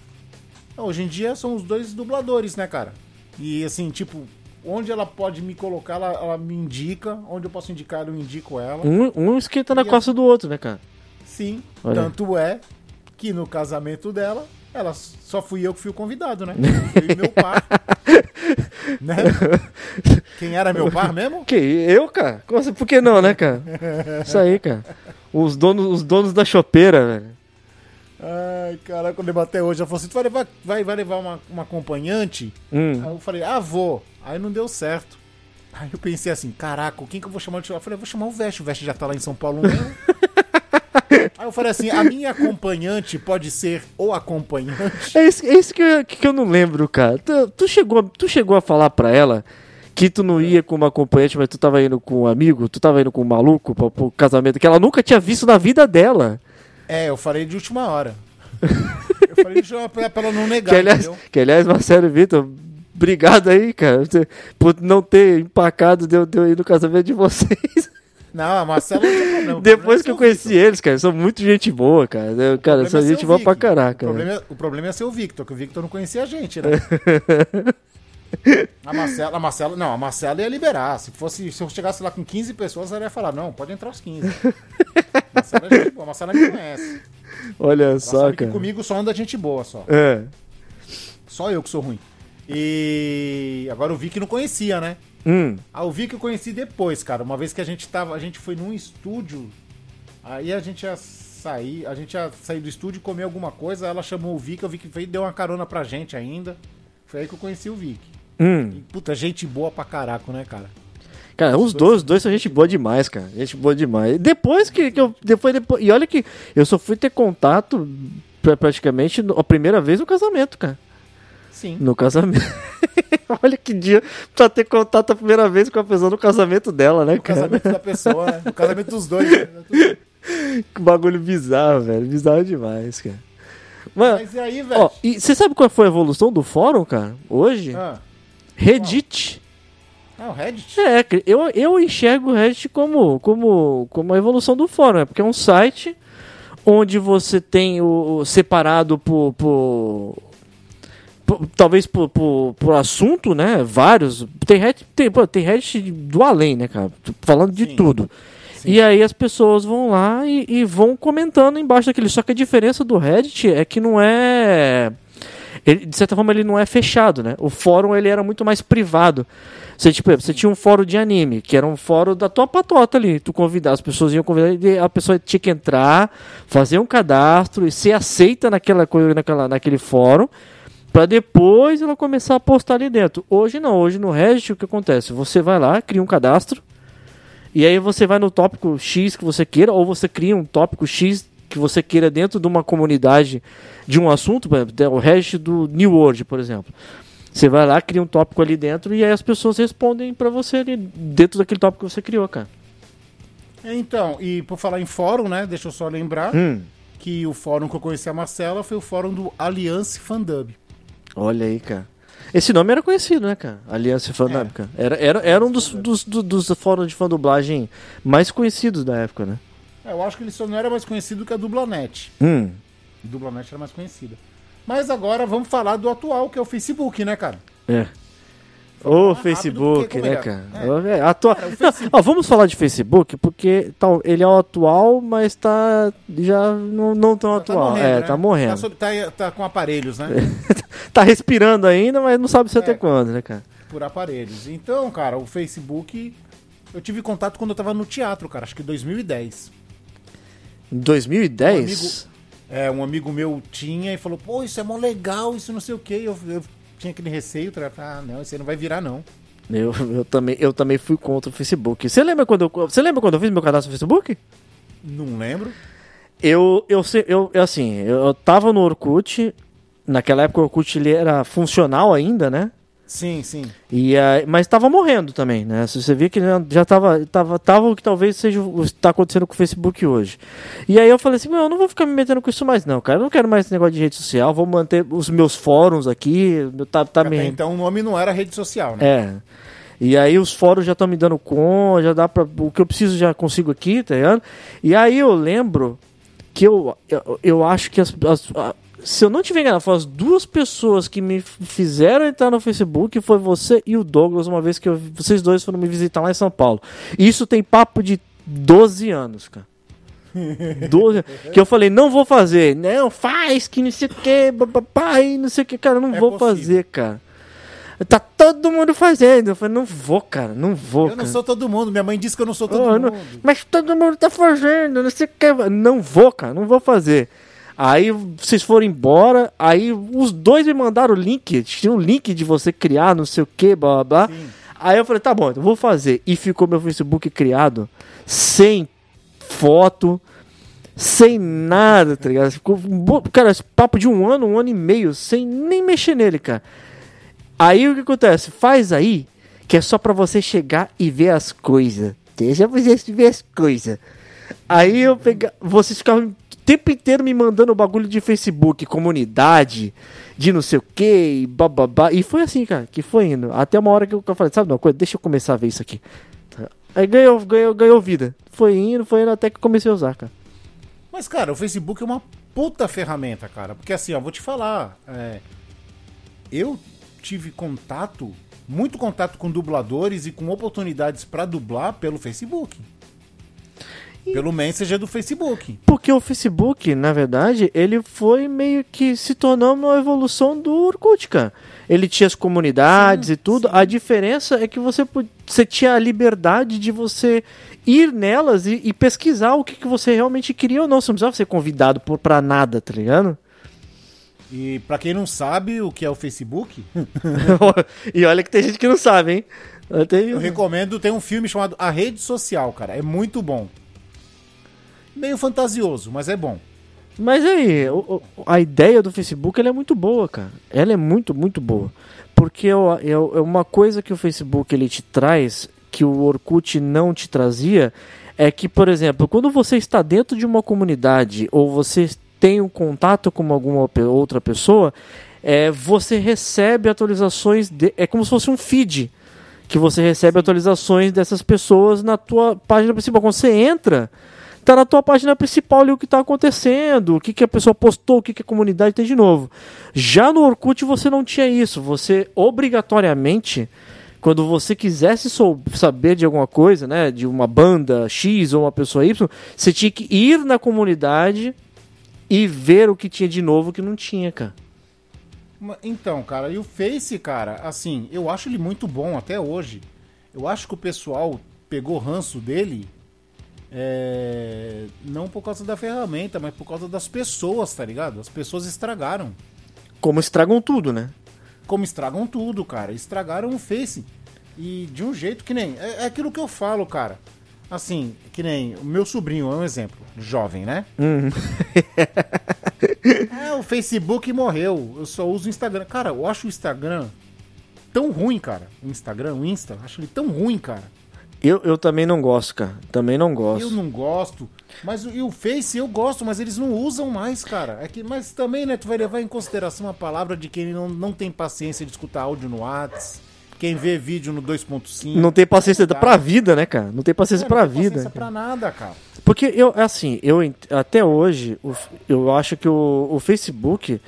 Speaker 4: Hoje em dia são os dois dubladores, né, cara? E assim, tipo, onde ela pode me colocar, ela, ela me indica. Onde eu posso indicar, eu indico ela.
Speaker 5: Um, um esquenta na
Speaker 4: E a-
Speaker 5: costa do outro, né, cara?
Speaker 4: Sim,
Speaker 5: Olha.
Speaker 4: tanto é que no casamento dela, ela só fui eu que fui o convidado, né? Eu e meu par. Né? Quem era meu par mesmo?
Speaker 5: Que eu, cara? Como assim? Por que não, né, cara? Isso aí, cara. Os donos, os donos da chopeira, velho.
Speaker 4: Ai, caraca, quando eu lembro até hoje, ela falou assim: tu vai levar, vai, vai levar uma, uma acompanhante?
Speaker 5: Hum.
Speaker 4: Aí eu falei, ah, vou. Aí não deu certo. Aí eu pensei assim, caraca, quem que eu vou chamar de... Eu falei, eu vou chamar o Vest, o Vest já tá lá em São Paulo mesmo. Aí eu falei assim, a minha acompanhante pode ser o acompanhante.
Speaker 5: É isso, é isso que, eu, que eu não lembro, cara. Tu, tu, chegou, tu chegou a falar pra ela que tu não ia com uma acompanhante, mas tu tava indo com um amigo, tu tava indo com um maluco pro, pro casamento, que ela nunca tinha visto na vida dela.
Speaker 4: É, eu falei de última hora. Eu falei de última hora pra, pra ela não negar,
Speaker 5: Que aliás,
Speaker 4: entendeu?
Speaker 5: que, aliás Marcelo e Vitor, obrigado aí, cara, por não ter empacado de eu, de eu ir no casamento de vocês.
Speaker 4: Não, a Marcela não tem problema. O
Speaker 5: Depois
Speaker 4: problema é
Speaker 5: que eu
Speaker 4: ser o
Speaker 5: conheci
Speaker 4: Victor.
Speaker 5: eles, cara, são muito gente boa, cara. Eu, cara,
Speaker 4: O
Speaker 5: são
Speaker 4: problema é
Speaker 5: gente
Speaker 4: ser o
Speaker 5: boa pra
Speaker 4: Vic.
Speaker 5: caraca.
Speaker 4: O
Speaker 5: né?
Speaker 4: problema, é, o problema é ser o Victor, que o Victor não conhecia a gente, né? A Marcela, a Marcela, não, a Marcela ia liberar. Se fosse, se eu chegasse lá com quinze pessoas, ela ia falar, não, pode entrar os quinze. A Marcela é gente boa, a Marcela me conhece.
Speaker 5: Olha
Speaker 4: Ela
Speaker 5: só,
Speaker 4: sabe que
Speaker 5: cara.
Speaker 4: comigo só anda gente boa, só.
Speaker 5: É.
Speaker 4: Só eu que sou ruim. E agora o Vic não conhecia, né?
Speaker 5: Hum.
Speaker 4: Ah, o Vic eu conheci depois, cara. Uma vez que a gente tava, a gente foi num estúdio Aí a gente ia sair, a gente ia sair do estúdio e comer alguma coisa, ela chamou o Vic, o Vic veio e deu uma carona pra gente ainda. Foi aí que eu conheci o Vic.
Speaker 5: Hum.
Speaker 4: E, puta, gente boa pra caraco, né, cara?
Speaker 5: Cara, os dois, os dois são gente boa demais, cara. Gente boa demais. Depois que, que eu. Depois, depois, e olha que eu só fui ter contato pra, praticamente no- a primeira vez no casamento, cara.
Speaker 4: Sim.
Speaker 5: No casamento. Olha que dia pra ter contato a primeira vez com a pessoa no casamento dela, né,
Speaker 4: No
Speaker 5: cara?
Speaker 4: casamento da pessoa, né? No casamento dos dois. Né?
Speaker 5: Que bagulho bizarro, velho. Bizarro demais, cara. Mano,
Speaker 4: Mas e aí, velho?
Speaker 5: ó, e você sabe qual foi a evolução do fórum, cara? Hoje?
Speaker 4: Ah,
Speaker 5: Reddit.
Speaker 4: ah, o Reddit?
Speaker 5: É, eu, eu enxergo o Reddit como, como, como a evolução do fórum, é porque é um site onde você tem o, o separado por, por, por- talvez por, por, por assunto, né? Vários. Tem Reddit, tem, pô, tem Reddit do além, né, cara? Falando de
Speaker 4: Sim.
Speaker 5: tudo.
Speaker 4: Sim.
Speaker 5: E aí as pessoas vão lá e, e vão comentando embaixo daquele. Só que a diferença do Reddit é que não é. Ele, de certa forma, ele não é fechado, né? O fórum ele era muito mais privado. Você, tipo, você tinha um fórum de anime, que era um fórum da tua patota ali. Tu convidar, as pessoas iam convidar, e a pessoa tinha que entrar, fazer um cadastro e ser aceita naquela coisa, naquela, naquele fórum, para depois ela começar a postar ali dentro. Hoje não, hoje no Reddit o que acontece? Você vai lá, cria um cadastro, e aí você vai no tópico X que você queira, ou você cria um tópico X que você queira dentro de uma comunidade de um assunto, por exemplo, o Reddit do New World, por exemplo. Você vai lá, cria um tópico ali dentro e aí as pessoas respondem pra você ali dentro daquele tópico que você criou, cara.
Speaker 4: Então, e por falar em fórum, né? Deixa eu só lembrar
Speaker 5: Hum,
Speaker 4: que o fórum que eu conheci a Marcela foi o fórum do Alliance Fandub.
Speaker 5: olha aí, cara. Esse nome era conhecido, né, cara? Aliança Fandub, cara. Era, era, era um dos, dos, dos, dos fóruns de fandublagem mais conhecidos da época, né?
Speaker 4: É, eu acho que ele só não era mais conhecido que a Dublanet.
Speaker 5: Hum.
Speaker 4: A Dublanet era mais conhecida. Mas agora vamos falar do atual, que é o Facebook, né, cara?
Speaker 5: É. O
Speaker 4: rápido,
Speaker 5: Facebook,
Speaker 4: porque como
Speaker 5: né,
Speaker 4: ele é-
Speaker 5: cara? É, atua...
Speaker 4: Cara, o
Speaker 5: Não,
Speaker 4: Facebook-
Speaker 5: ó, vamos falar de Facebook, porque tal, ele é o atual, mas tá já não, não tão atual. é,
Speaker 4: né?
Speaker 5: tá morrendo.
Speaker 4: Tá, sob- tá- tá com aparelhos, né?
Speaker 5: Tá respirando ainda, mas não sabe se
Speaker 4: É.
Speaker 5: até quando, né, cara?
Speaker 4: Por aparelhos. Então, cara, o Facebook... Eu tive contato quando eu tava no teatro, cara. Acho que em dois mil e dez.
Speaker 5: Em dois mil e dez?
Speaker 4: É, um amigo meu tinha e falou, pô, isso é mó legal, isso não sei o quê. Eu, eu tinha aquele receio, tá? Ah, não, isso aí não vai virar, não.
Speaker 5: Eu, eu, também, eu também fui contra o Facebook. Você lembra quando eu, você lembra quando eu fiz meu cadastro no Facebook?
Speaker 4: Não lembro.
Speaker 5: Eu, eu, sei- eu, eu assim, eu, eu tava no Orkut. Naquela época o Orkut ele era funcional ainda, né?
Speaker 4: Sim, sim.
Speaker 5: E, aí- mas tava morrendo também, né? Se você vê que já, já tava, tava, tava o que talvez seja o que tá acontecendo com o Facebook hoje. E aí eu falei assim, meu, eu não vou ficar me metendo com isso mais não, cara. Eu não quero mais esse negócio de rede social, vou manter os meus fóruns aqui. Tá, tá
Speaker 4: Até
Speaker 5: me...
Speaker 4: então o nome não era rede social, né?
Speaker 5: É. E aí os fóruns já estão me dando com, já dá pra. O que eu preciso já consigo aqui, tá ligado? E aí eu lembro que eu, eu, eu acho que as, as- a- se eu não tiver enganado, foram as duas pessoas que me f- fizeram entrar no Facebook, foi você e o Douglas, uma vez que eu- vocês dois foram me visitar lá em São Paulo. Isso tem papo de doze anos, cara. doze, que eu falei, não vou fazer. Não, faz, que não sei o que, papai, não sei o que, cara, não
Speaker 4: É
Speaker 5: vou
Speaker 4: possível.
Speaker 5: fazer, cara. Tá todo mundo fazendo. Eu falei, não vou, cara, não vou,
Speaker 4: Eu
Speaker 5: cara.
Speaker 4: não sou todo mundo. Minha mãe disse que eu não sou todo
Speaker 5: Oh, eu
Speaker 4: mundo.
Speaker 5: não- mas todo mundo tá fazendo, não sei o que. Não vou, cara, não vou fazer. Aí vocês foram embora, aí os dois me mandaram o link, tinha um link de você criar, não sei o que, blá blá blá.
Speaker 4: Sim.
Speaker 5: Aí eu falei, tá bom, eu vou fazer. E ficou meu Facebook criado sem foto, sem nada, tá ligado? Ficou, um bo- cara, esse papo de um ano, um ano e meio, sem nem mexer nele, cara. Aí o que acontece? Faz aí, que é só pra você chegar e ver as coisas. Deixa você ver as coisas. Aí eu pegava, vocês ficavam o tempo inteiro me mandando o bagulho de Facebook, comunidade, de não sei o que, e bababá. E foi assim, cara, que foi indo. Até uma hora que eu, que eu falei, sabe uma coisa? Deixa eu começar a ver isso aqui. Aí ganhou, ganhou, ganhou vida. Foi indo, foi indo até que eu comecei a usar, cara.
Speaker 4: Mas, cara, o Facebook é uma puta ferramenta, cara. Porque assim, ó, vou te falar. é, eu tive contato, muito contato com dubladores e com oportunidades pra dublar pelo Facebook. Pelo Messenger do Facebook.
Speaker 5: Porque o Facebook, na verdade, ele foi meio que se tornando uma evolução do Orkut, cara. Ele tinha as comunidades sim, e tudo. Sim. A diferença é que você, você tinha a liberdade de você ir nelas e, e pesquisar o que, que você realmente queria ou não. Você não precisava ser convidado por, pra nada, tá ligado?
Speaker 4: E pra quem não sabe o que é o Facebook...
Speaker 5: E olha que tem gente que não sabe, hein? Eu, tenho...
Speaker 4: Eu recomendo, tem um filme chamado A Rede Social, cara. É muito bom. Meio fantasioso, mas é bom.
Speaker 5: Mas aí, o, o, a ideia do Facebook ela é muito boa, cara. Ela é muito, muito boa. Porque é, é, é uma coisa que o Facebook ele te traz, que o Orkut não te trazia, é que, por exemplo, quando você está dentro de uma comunidade ou você tem um contato com alguma outra pessoa, é, você recebe atualizações, de, é como se fosse um feed, que você recebe atualizações dessas pessoas na tua página principal. Quando você entra, tá na tua página principal ali o que tá acontecendo, o que, que a pessoa postou, o que, que a comunidade tem de novo. Já no Orkut você não tinha isso, você obrigatoriamente, quando você quisesse sou, saber de alguma coisa, né, de uma banda X ou uma pessoa Y, você tinha que ir na comunidade e ver o que tinha de novo que não tinha, cara.
Speaker 4: Então, cara, e o Face, cara, assim, eu acho ele muito bom até hoje. Eu acho que o pessoal pegou ranço dele, é... não por causa da ferramenta, mas por causa das pessoas, tá ligado? As pessoas estragaram.
Speaker 5: Como estragam tudo, né?
Speaker 4: Como estragam tudo, cara. Estragaram o Face. E de um jeito que nem... É, é aquilo que eu falo, cara. Assim, que nem o meu sobrinho é um exemplo, jovem, né?
Speaker 5: Hum.
Speaker 4: É, o Facebook morreu, eu só uso o Instagram. Cara, eu acho o Instagram tão ruim, cara. O Instagram, o Insta, eu acho ele tão ruim, cara.
Speaker 5: Eu, eu também não gosto, cara. Também não gosto.
Speaker 4: Eu não gosto. Mas e o Face eu gosto, mas eles não usam mais, cara. É que, mas também, né, tu vai levar em consideração a palavra de quem não, não tem paciência de escutar áudio no WhatsApp. Quem vê vídeo no dois ponto cinco.
Speaker 5: Não tem paciência pra vida, né, cara? Não tem paciência é, pra vida. Não tem paciência
Speaker 4: pra nada, cara.
Speaker 5: Porque eu, assim, eu até hoje, eu acho que o, o Facebook,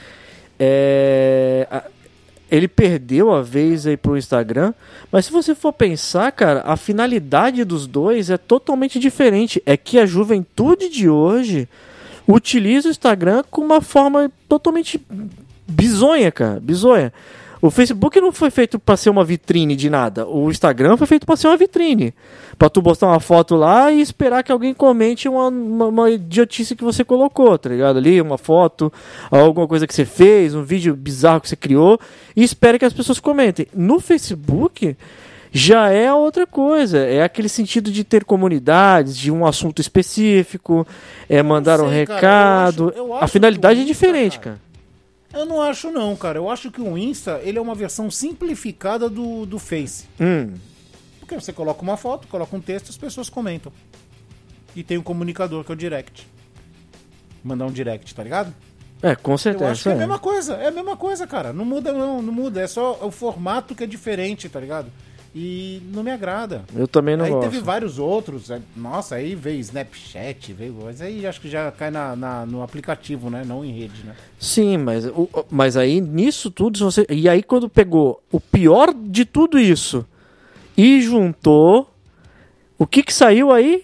Speaker 5: é, ele perdeu a vez aí pro Instagram, mas se você for pensar, cara, a finalidade dos dois é totalmente diferente. É que a juventude de hoje utiliza o Instagram com uma forma totalmente bizonha, cara, bizonha. O Facebook não foi feito pra ser uma vitrine de nada. O Instagram foi feito pra ser uma vitrine. Pra tu postar uma foto lá e esperar que alguém comente uma, uma, uma idiotice que você colocou, tá ligado? Ali, uma foto, alguma coisa que você fez, um vídeo bizarro que você criou, e espera que as pessoas comentem. No Facebook já é outra coisa. É aquele sentido de ter comunidades, de um assunto específico, é mandar sei, um recado. Eu acho, eu acho a finalidade é diferente, Insta, cara. cara.
Speaker 4: Eu não acho não, cara. Eu acho que o Insta, ele é uma versão simplificada do, do Face.
Speaker 5: Hum.
Speaker 4: Porque você coloca uma foto, coloca um texto, as pessoas comentam. E tem um comunicador, que é o direct. Mandar um direct, tá ligado?
Speaker 5: É, com certeza.
Speaker 4: Eu acho que é a mesma coisa, é a mesma coisa, cara. Não muda não, não muda. É só o formato que é diferente, tá ligado? E não me agrada.
Speaker 5: Eu também não
Speaker 4: aí
Speaker 5: gosto.
Speaker 4: Aí teve vários outros. Nossa, aí veio Snapchat, veio... Mas aí acho que já cai na, na, no aplicativo, né? Não em rede, né?
Speaker 5: Sim, mas, o, mas aí nisso tudo... Você, e aí quando pegou o pior de tudo isso e juntou... O que que saiu aí?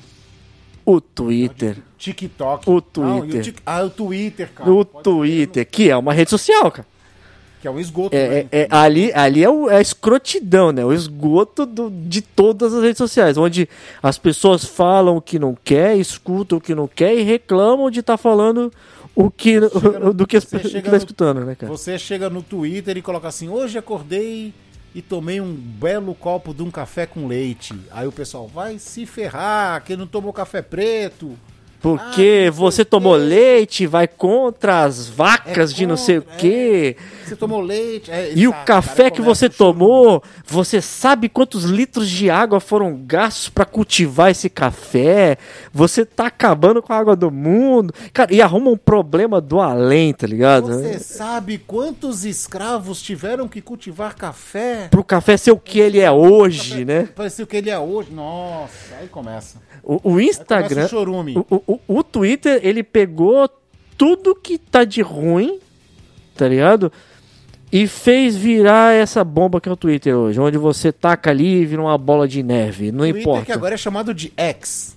Speaker 5: O Twitter.
Speaker 4: TikTok.
Speaker 5: O Twitter. Não,
Speaker 4: o tic... Ah, o Twitter, cara.
Speaker 5: O Pode Twitter, ser... que é uma rede social, cara.
Speaker 4: Que é o esgoto,
Speaker 5: é,
Speaker 4: né?
Speaker 5: é, é, ali ali é, o, é a escrotidão, né? O esgoto do, de todas as redes sociais, onde as pessoas falam o que não quer, escutam o que não quer e reclamam de estar tá falando o que, no, do que você está escutando, né, cara?
Speaker 4: Você chega no Twitter e coloca assim: hoje acordei e tomei um belo copo de um café com leite. Aí o pessoal vai se ferrar, que não tomou café preto.
Speaker 5: Porque ah, você tomou leite, vai contra as vacas é de contra, não sei o quê.
Speaker 4: É. Você tomou leite. É,
Speaker 5: e exato, o café que você tomou, você sabe quantos litros de água foram gastos para cultivar esse café? Você tá acabando com a água do mundo. Cara, e arruma um problema do além, tá ligado?
Speaker 4: Você sabe quantos escravos tiveram que cultivar café?
Speaker 5: Pro café ser o que ele é hoje, café, né?
Speaker 4: Para ser o que ele é hoje. Nossa, aí começa.
Speaker 5: O, o Instagram,
Speaker 4: o, chorume.
Speaker 5: o, o, o Twitter, ele pegou tudo que tá de ruim, tá ligado? e fez virar essa bomba que é o Twitter hoje, onde você taca ali e vira uma bola de neve, não
Speaker 4: Twitter
Speaker 5: importa.
Speaker 4: que agora é chamado de X.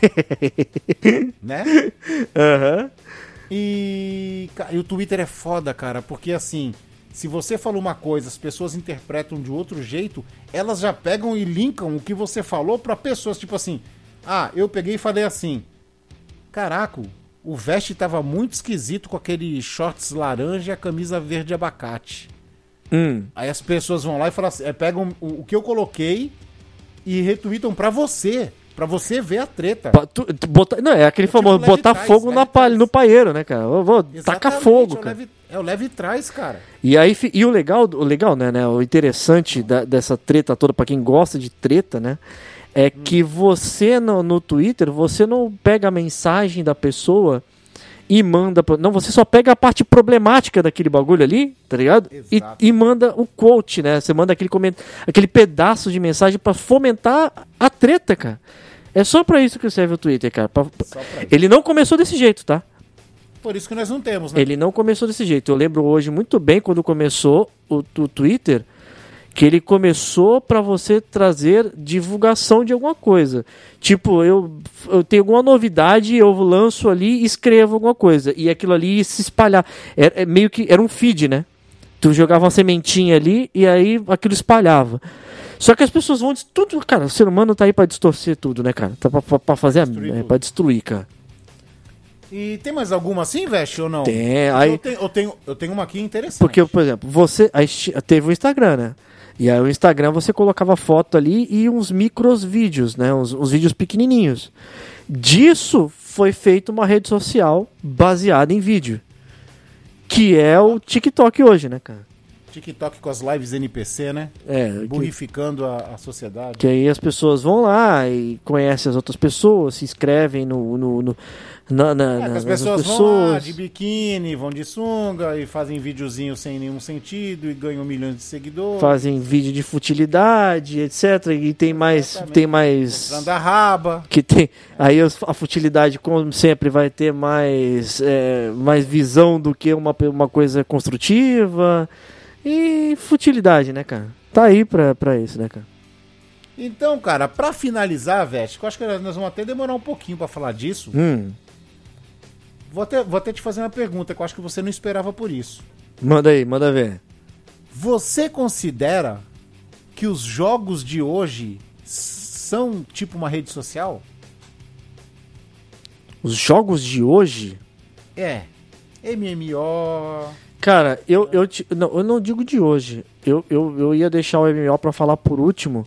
Speaker 4: Né?
Speaker 5: Aham. Uhum.
Speaker 4: E, e o Twitter é foda, cara, porque assim, se você falou uma coisa, as pessoas interpretam de outro jeito, elas já pegam e linkam o que você falou pra pessoas, tipo assim, ah, eu peguei e falei assim, caraca, o Veste tava muito esquisito com aquele shorts laranja e a camisa verde abacate.
Speaker 5: Hum.
Speaker 4: Aí as pessoas vão lá e falam assim, é, pegam o, o que eu coloquei e retweetam pra você. Pra você ver a treta.
Speaker 5: Pra tu, tu botar, não, é aquele
Speaker 4: tipo
Speaker 5: famoso botar
Speaker 4: trás,
Speaker 5: fogo na palha, no paeiro, né, cara? Eu vou tacar fogo,
Speaker 4: é o
Speaker 5: cara.
Speaker 4: leve, é o leve trás, cara.
Speaker 5: E aí, e o legal, o legal, né, né o interessante da, dessa treta toda, pra quem gosta de treta, né, é hum. que você no, no Twitter, você não pega a mensagem da pessoa e manda, pra, não, você só pega a parte problemática daquele bagulho ali, tá ligado? E, e manda o quote, né, você manda aquele, coment, aquele pedaço de mensagem pra fomentar a treta, cara. É só pra isso que serve o Twitter, cara. Pra... Ele não começou desse jeito, tá?
Speaker 4: Por isso que nós não temos, né?
Speaker 5: Ele não começou desse jeito. Eu lembro hoje muito bem quando começou o, o Twitter, que ele começou pra você trazer divulgação de alguma coisa. Tipo, eu, eu tenho alguma novidade, eu lanço ali e escrevo alguma coisa. E aquilo ali ia se espalhar. É, é meio que era um feed, né? Tu jogava uma sementinha ali e aí aquilo espalhava. Só que as pessoas vão... Tudo, cara, o ser humano tá aí pra distorcer tudo, né, cara? Tá pra, pra, pra fazer... Destruir a, é, pra destruir, cara.
Speaker 4: E tem mais alguma assim, Veste, ou não?
Speaker 5: Tem. Aí,
Speaker 4: eu, tenho, eu, tenho, eu tenho uma aqui interessante.
Speaker 5: Porque, por exemplo, você... Aí teve o Instagram, né? E aí o Instagram você colocava foto ali e uns micros vídeos, né? Uns, uns vídeos pequenininhos. Disso foi feita uma rede social baseada em vídeo. Que é o TikTok hoje, né, cara?
Speaker 4: TikTok com as lives N P C, né?
Speaker 5: É.
Speaker 4: Burrificando que, a, a sociedade.
Speaker 5: Que aí as pessoas vão lá e conhecem as outras pessoas, se inscrevem no... no, no na, na,
Speaker 4: é,
Speaker 5: na,
Speaker 4: as pessoas, pessoas vão lá de biquíni, vão de sunga e fazem videozinho sem nenhum sentido e ganham milhões de seguidores.
Speaker 5: Fazem vídeo de futilidade, etcétera. E tem mais... Tem mais
Speaker 4: mostrando a raba.
Speaker 5: Que tem, aí a futilidade, como sempre, vai ter mais, é, mais visão do que uma, uma coisa construtiva... E futilidade, né, cara? Tá aí pra, pra isso, né, cara?
Speaker 4: Então, cara, pra finalizar, Veste, eu acho que nós vamos até demorar um pouquinho pra falar disso.
Speaker 5: Hum.
Speaker 4: Vou até, vou até te fazer uma pergunta, que eu acho que você não esperava por isso.
Speaker 5: Manda aí, manda ver.
Speaker 4: Você considera que os jogos de hoje são tipo uma rede social?
Speaker 5: Os jogos de hoje?
Speaker 4: É. M M O...
Speaker 5: Cara, eu, eu, te, não, eu não digo de hoje. Eu, eu, eu ia deixar o M M O pra falar por último.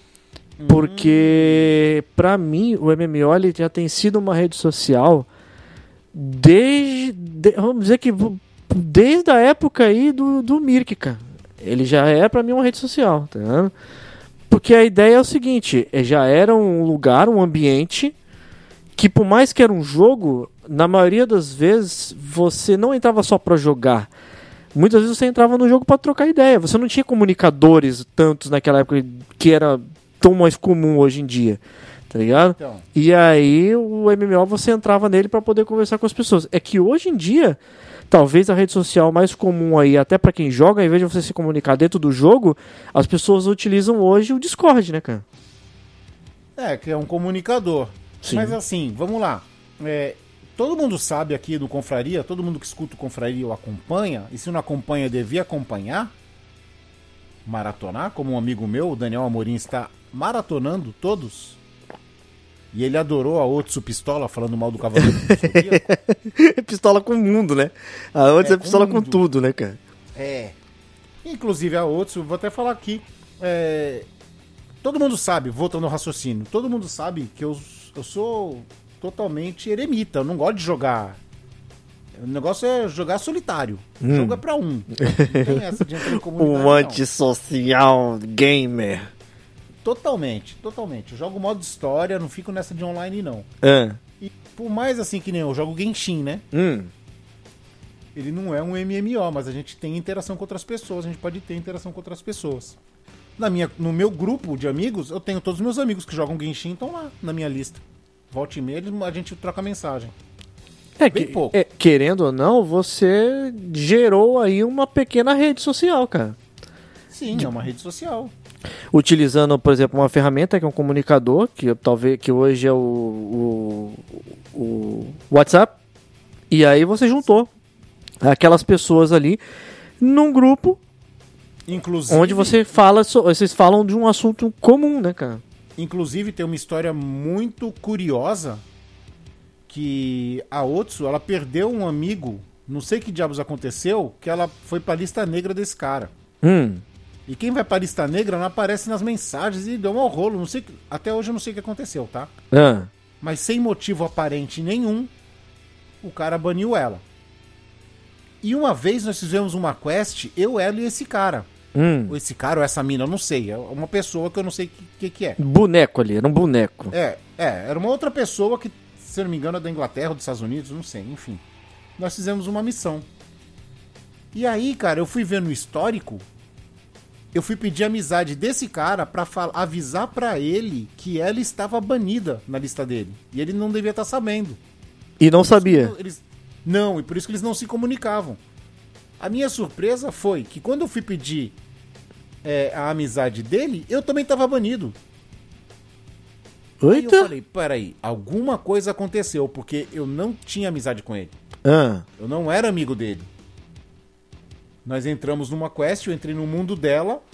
Speaker 5: Porque, pra mim, o M M O ele já tem sido uma rede social desde... De, vamos dizer que desde a época aí do, do Mirk, cara. Ele já é, pra mim, uma rede social, tá vendo? Porque a ideia é o seguinte, já era um lugar, um ambiente... que por mais que era um jogo, na maioria das vezes você não entrava só pra jogar. Muitas vezes você entrava no jogo pra trocar ideia. Você não tinha comunicadores tantos naquela época que era tão mais comum hoje em dia. Tá ligado? Então. E aí o M M O você entrava nele pra poder conversar com as pessoas. É que hoje em dia, talvez a rede social mais comum aí, até pra quem joga, ao invés de você se comunicar dentro do jogo, as pessoas utilizam hoje o Discord, né, cara?
Speaker 4: É, que é um comunicador. Sim. Mas assim, vamos lá. É, todo mundo sabe aqui do Confraria, todo mundo que escuta o Confraria o acompanha, e se não acompanha, devia acompanhar, maratonar, como um amigo meu, o Daniel Amorim, está maratonando todos. E ele adorou a Otsu Pistola, falando mal do Cavaleiro do Zodíaco.
Speaker 5: Pistola com o mundo, né? A Otsu é, é pistola com, com tudo, né, cara?
Speaker 4: É. Inclusive a Otsu, vou até falar aqui, é, todo mundo sabe, voltando ao raciocínio, todo mundo sabe que eu Eu sou totalmente eremita, eu não gosto de jogar. O negócio é jogar solitário. O
Speaker 5: hum.
Speaker 4: jogo é pra um. Não tem essa de entrar em comunidade.
Speaker 5: Um antissocial gamer.
Speaker 4: Totalmente, totalmente. Eu jogo modo história, não fico nessa de online, não.
Speaker 5: É.
Speaker 4: E por mais assim que nem eu, eu jogo Genshin, né?
Speaker 5: Hum.
Speaker 4: Ele não é um M M O, mas a gente tem interação com outras pessoas, a gente pode ter interação com outras pessoas. Na minha, no meu grupo de amigos, eu tenho todos os meus amigos que jogam Genshin, estão lá na minha lista. Volte e meia, a gente troca mensagem.
Speaker 5: É,
Speaker 4: Bem
Speaker 5: que,
Speaker 4: pouco.
Speaker 5: é, querendo ou não, você gerou aí uma pequena rede social, cara.
Speaker 4: Sim, é uma rede social.
Speaker 5: Utilizando, por exemplo, uma ferramenta que é um comunicador, que talvez que hoje é o, o, o WhatsApp, e aí você juntou aquelas pessoas ali num grupo,
Speaker 4: Inclusive,
Speaker 5: onde você fala, so- vocês falam de um assunto comum, né, cara?
Speaker 4: inclusive tem uma história muito curiosa que a Otsu, ela perdeu um amigo, não sei que diabos aconteceu, que ela foi pra lista negra desse cara.
Speaker 5: Hum.
Speaker 4: E quem vai pra lista negra não aparece nas mensagens e deu um rolo, não sei, que- até hoje eu não sei o que aconteceu, tá?
Speaker 5: Ah.
Speaker 4: Mas sem motivo aparente nenhum, o cara baniu ela. E uma vez nós fizemos uma quest, eu, ela e esse cara.
Speaker 5: Hum.
Speaker 4: Ou esse cara ou essa mina, eu não sei. É uma pessoa que eu não sei o que, que, que é.
Speaker 5: Boneco ali, era um boneco.
Speaker 4: É, é, era uma outra pessoa que, se eu não me engano, é da Inglaterra ou dos Estados Unidos, não sei, enfim. Nós fizemos uma missão. E aí, cara, eu fui ver no histórico, eu fui pedir amizade desse cara pra fal- avisar pra ele que ela estava banida na lista dele. E ele não devia estar sabendo.
Speaker 5: E não sabia.
Speaker 4: Eles... Não, e por isso que eles não se comunicavam. A minha surpresa foi que quando eu fui pedir é, a amizade dele, eu também tava banido. Aí eu
Speaker 5: Eita.
Speaker 4: falei, peraí, alguma coisa aconteceu, porque eu não tinha amizade com ele.
Speaker 5: Ah.
Speaker 4: Eu não era amigo dele. Nós entramos numa quest, eu entrei no mundo dela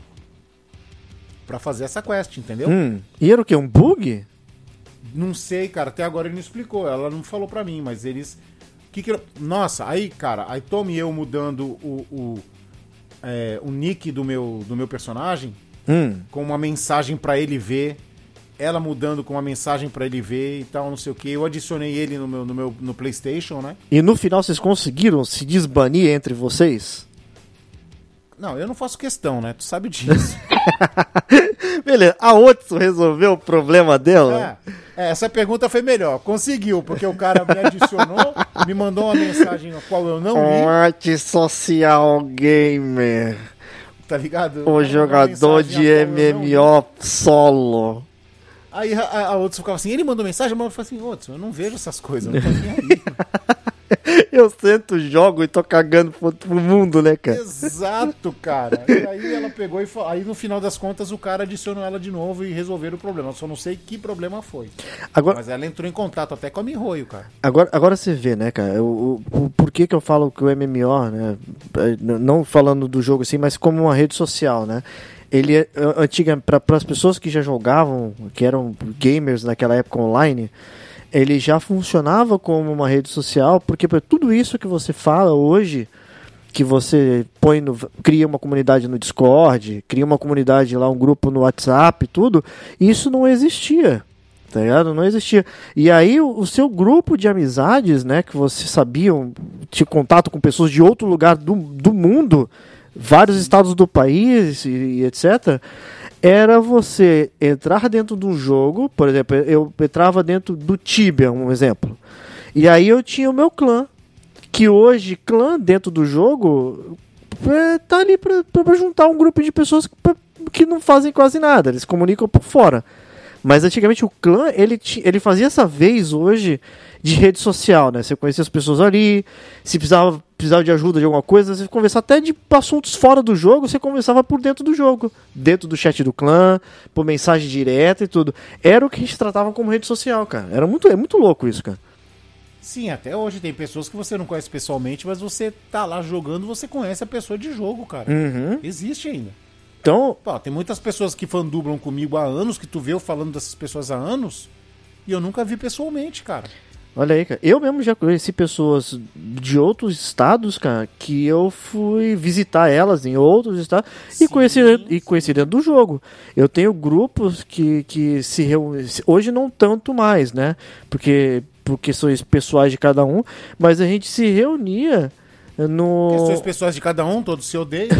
Speaker 4: pra fazer essa quest, entendeu?
Speaker 5: Hum. E era o quê? Um bug?
Speaker 4: Não sei, cara, até agora ele não explicou, ela não falou pra mim, mas eles... Que que... Nossa, aí, cara, aí Tom e eu mudando o, o, é, o nick do meu, do meu personagem,
Speaker 5: Hum.
Speaker 4: com uma mensagem pra ele ver, ela mudando com uma mensagem pra ele ver e tal, não sei o que. Eu adicionei ele no meu, no meu no PlayStation, né?
Speaker 5: E no final vocês conseguiram se desbanir entre vocês?
Speaker 4: Não, eu não faço questão, né? Tu sabe disso.
Speaker 5: Beleza, a Otsu resolveu o problema dela?
Speaker 4: É, é, essa pergunta foi melhor. Conseguiu, porque o cara me adicionou, me mandou uma mensagem a qual eu não li,
Speaker 5: Arte social gamer.
Speaker 4: tá ligado?
Speaker 5: O
Speaker 4: Uma
Speaker 5: jogador
Speaker 4: mensagem
Speaker 5: de
Speaker 4: a qual eu não li.
Speaker 5: M M O solo.
Speaker 4: Aí a, a, a Otsu ficava assim, ele mandou mensagem, mas eu falei assim, Otsu, eu não vejo essas coisas, eu não tô nem aí.
Speaker 5: Eu sento, jogo e tô cagando pro, pro mundo, né, cara?
Speaker 4: Exato, cara. E aí ela pegou e falou, aí no final das contas o cara adicionou ela de novo e resolveram o problema. Eu só não sei que problema foi.
Speaker 5: Agora,
Speaker 4: Mas ela entrou em contato até com a Mihoyo, cara.
Speaker 5: agora, agora você vê, né, cara, o, o, o por que que eu falo que o M M O, né, é, não falando do jogo assim, mas como uma rede social, né, ele é antiga, para as pessoas que já jogavam, que eram gamers naquela época online, ele já funcionava como uma rede social, porque por tudo isso que você fala hoje, que você põe no, cria uma comunidade no Discord, cria uma comunidade lá, um grupo no WhatsApp, tudo, isso não existia, tá ligado? Não existia. E aí o, o seu grupo de amizades, né, que você sabiam, tinha contato com pessoas de outro lugar do, do mundo, vários estados do país e, e etcétera, era você entrar dentro de um jogo, por exemplo, eu entrava dentro do Tibia, um exemplo, e aí eu tinha o meu clã, que hoje, clã dentro do jogo, é, tá ali pra, pra juntar um grupo de pessoas que, pra, que não fazem quase nada, eles comunicam por fora. Mas antigamente o clã, ele, ti- ele fazia essa vez hoje de rede social, né? Você conhecia as pessoas ali, se precisava, precisava de ajuda de alguma coisa, você conversava até de assuntos fora do jogo, você conversava por dentro do jogo, dentro do chat do clã, por mensagem direta e tudo. Era o que a gente tratava como rede social, cara. Era muito, é muito louco isso, cara.
Speaker 4: Sim, até hoje tem pessoas que você não conhece pessoalmente, mas você tá lá jogando, você conhece a pessoa de jogo, cara.
Speaker 5: Uhum.
Speaker 4: Existe ainda.
Speaker 5: Então,
Speaker 4: Pô, tem muitas pessoas que fandublam comigo há anos, que tu vê eu falando dessas pessoas há anos, e eu nunca vi pessoalmente, cara.
Speaker 5: olha aí, cara. Eu mesmo já conheci pessoas de outros estados, cara, que eu fui visitar elas em outros estados
Speaker 4: Sim,
Speaker 5: e conheci, e conheci dentro do jogo. Eu tenho grupos que, que se reúnem. Hoje não tanto mais, né? Porque, por questões pessoais de cada um, mas a gente se reunia no.
Speaker 4: Questões pessoas de cada um, todos se odeiam.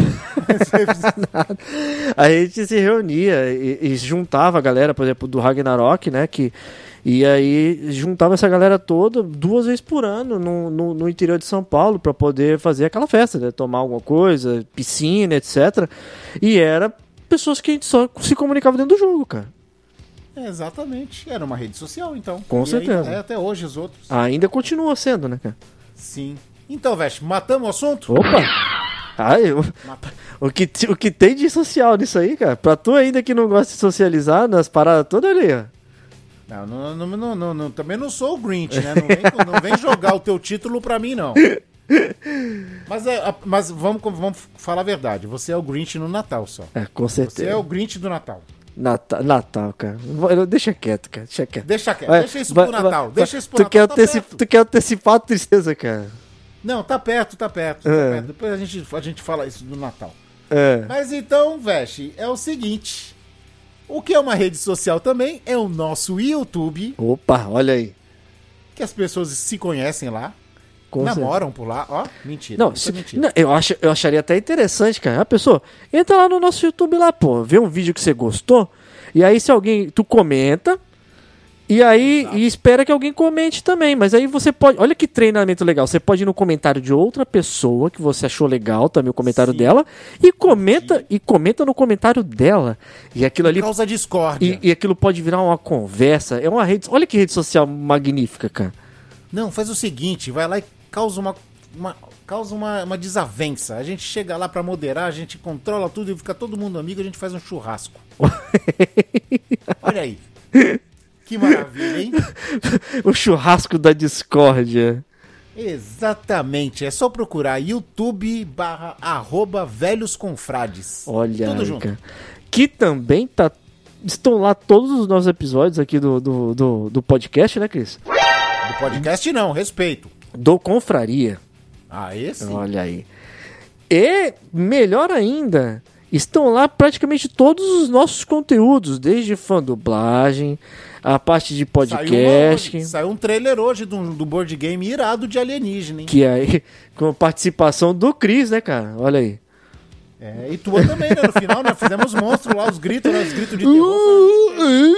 Speaker 5: A gente se reunia e, e juntava a galera, por exemplo, do Ragnarok, né? Que, e aí juntava essa galera toda duas vezes por ano no, no, no interior de São Paulo para poder fazer aquela festa, né? Tomar alguma coisa, piscina, etcétera. E era pessoas que a gente só se comunicava dentro do jogo, cara.
Speaker 4: É, exatamente. Era uma rede social, então.
Speaker 5: Com
Speaker 4: e
Speaker 5: certeza.
Speaker 4: Aí, é até hoje os outros.
Speaker 5: Ainda continua sendo, né, cara?
Speaker 4: Sim. Então, Veste, matamos o assunto?
Speaker 5: Opa! Ah, eu... o, que, o que tem de social nisso aí, cara? Pra tu ainda que não gosta de socializar nas paradas todas ali, ó.
Speaker 4: Não, não, não, não, não, não, também não sou o Grinch, né? Não vem, não vem jogar o teu título pra mim, não. Mas, é, mas vamos, vamos falar a verdade. Você é o Grinch no Natal só.
Speaker 5: É, com certeza.
Speaker 4: Você é o Grinch do Natal.
Speaker 5: Natal, Natal, cara. Vou- Deixa quieto, cara. Deixa quieto.
Speaker 4: Deixa quieto.
Speaker 5: Vai,
Speaker 4: deixa isso
Speaker 5: vai,
Speaker 4: pro Natal.
Speaker 5: vai,
Speaker 4: deixa isso pro
Speaker 5: tu
Speaker 4: Natal.
Speaker 5: Quer
Speaker 4: Tá
Speaker 5: anteci-
Speaker 4: perto.
Speaker 5: tu quer antecipar a tristeza, cara.
Speaker 4: Não, tá perto, tá perto. Tá
Speaker 5: É.
Speaker 4: perto. Depois a gente, a gente fala isso do Natal.
Speaker 5: É.
Speaker 4: Mas então, Veste, é o seguinte. O que é uma rede social também é o nosso YouTube,
Speaker 5: Opa, olha aí.
Speaker 4: que as pessoas se conhecem lá,
Speaker 5: Com
Speaker 4: namoram por lá. Ó, mentira.
Speaker 5: Não,
Speaker 4: isso
Speaker 5: se-
Speaker 4: é mentira.
Speaker 5: não, eu, acho, eu acharia até interessante, cara. A pessoa entra lá no nosso YouTube lá, pô, vê um vídeo que você gostou, e aí se alguém, tu comenta, e aí e espera que alguém comente também, mas aí você pode, olha que treinamento legal, você pode ir no comentário de outra pessoa que você achou legal também o comentário
Speaker 4: Sim.
Speaker 5: dela, e comenta, e comenta no comentário dela, e aquilo ali,
Speaker 4: Causa discórdia.
Speaker 5: e, e aquilo pode virar uma conversa, é uma rede, olha que rede social magnífica, cara.
Speaker 4: Não, faz o seguinte, vai lá e causa uma, uma, causa uma, uma desavença. A gente chega lá pra moderar, a gente controla tudo e fica todo mundo amigo, a gente faz um churrasco. Olha aí. Que maravilha, hein?
Speaker 5: O churrasco da discórdia.
Speaker 4: Exatamente, é só procurar YouTube barra arroba velhos confrades.
Speaker 5: Olha
Speaker 4: Tudo
Speaker 5: aí,
Speaker 4: junto.
Speaker 5: cara. Que também tá. Estão lá todos os nossos episódios aqui do, do, do, do podcast, né, Cris?
Speaker 4: Do podcast não, respeito.
Speaker 5: Do Confraria.
Speaker 4: Ah, esse?
Speaker 5: Olha aí. E, melhor ainda, estão lá praticamente todos os nossos conteúdos, desde fã dublagem, a parte de podcast.
Speaker 4: Saiu, uma, saiu um trailer hoje do, do board game irado de alienígena, hein?
Speaker 5: Que aí, com participação do Cris, né, cara? Olha aí.
Speaker 4: É, e tua também, né? No final, né? Fizemos monstro lá, os gritos, né? Os gritos de terror.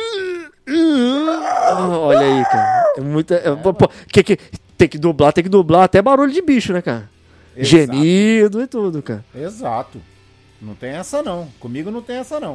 Speaker 5: Olha aí, cara. É muita. é, pô, pô, que, que, tem que dublar, tem que dublar até barulho de bicho, né, cara?
Speaker 4: Exato.
Speaker 5: Gemido e tudo, cara.
Speaker 4: Exato. Não tem essa não. Comigo não tem essa não.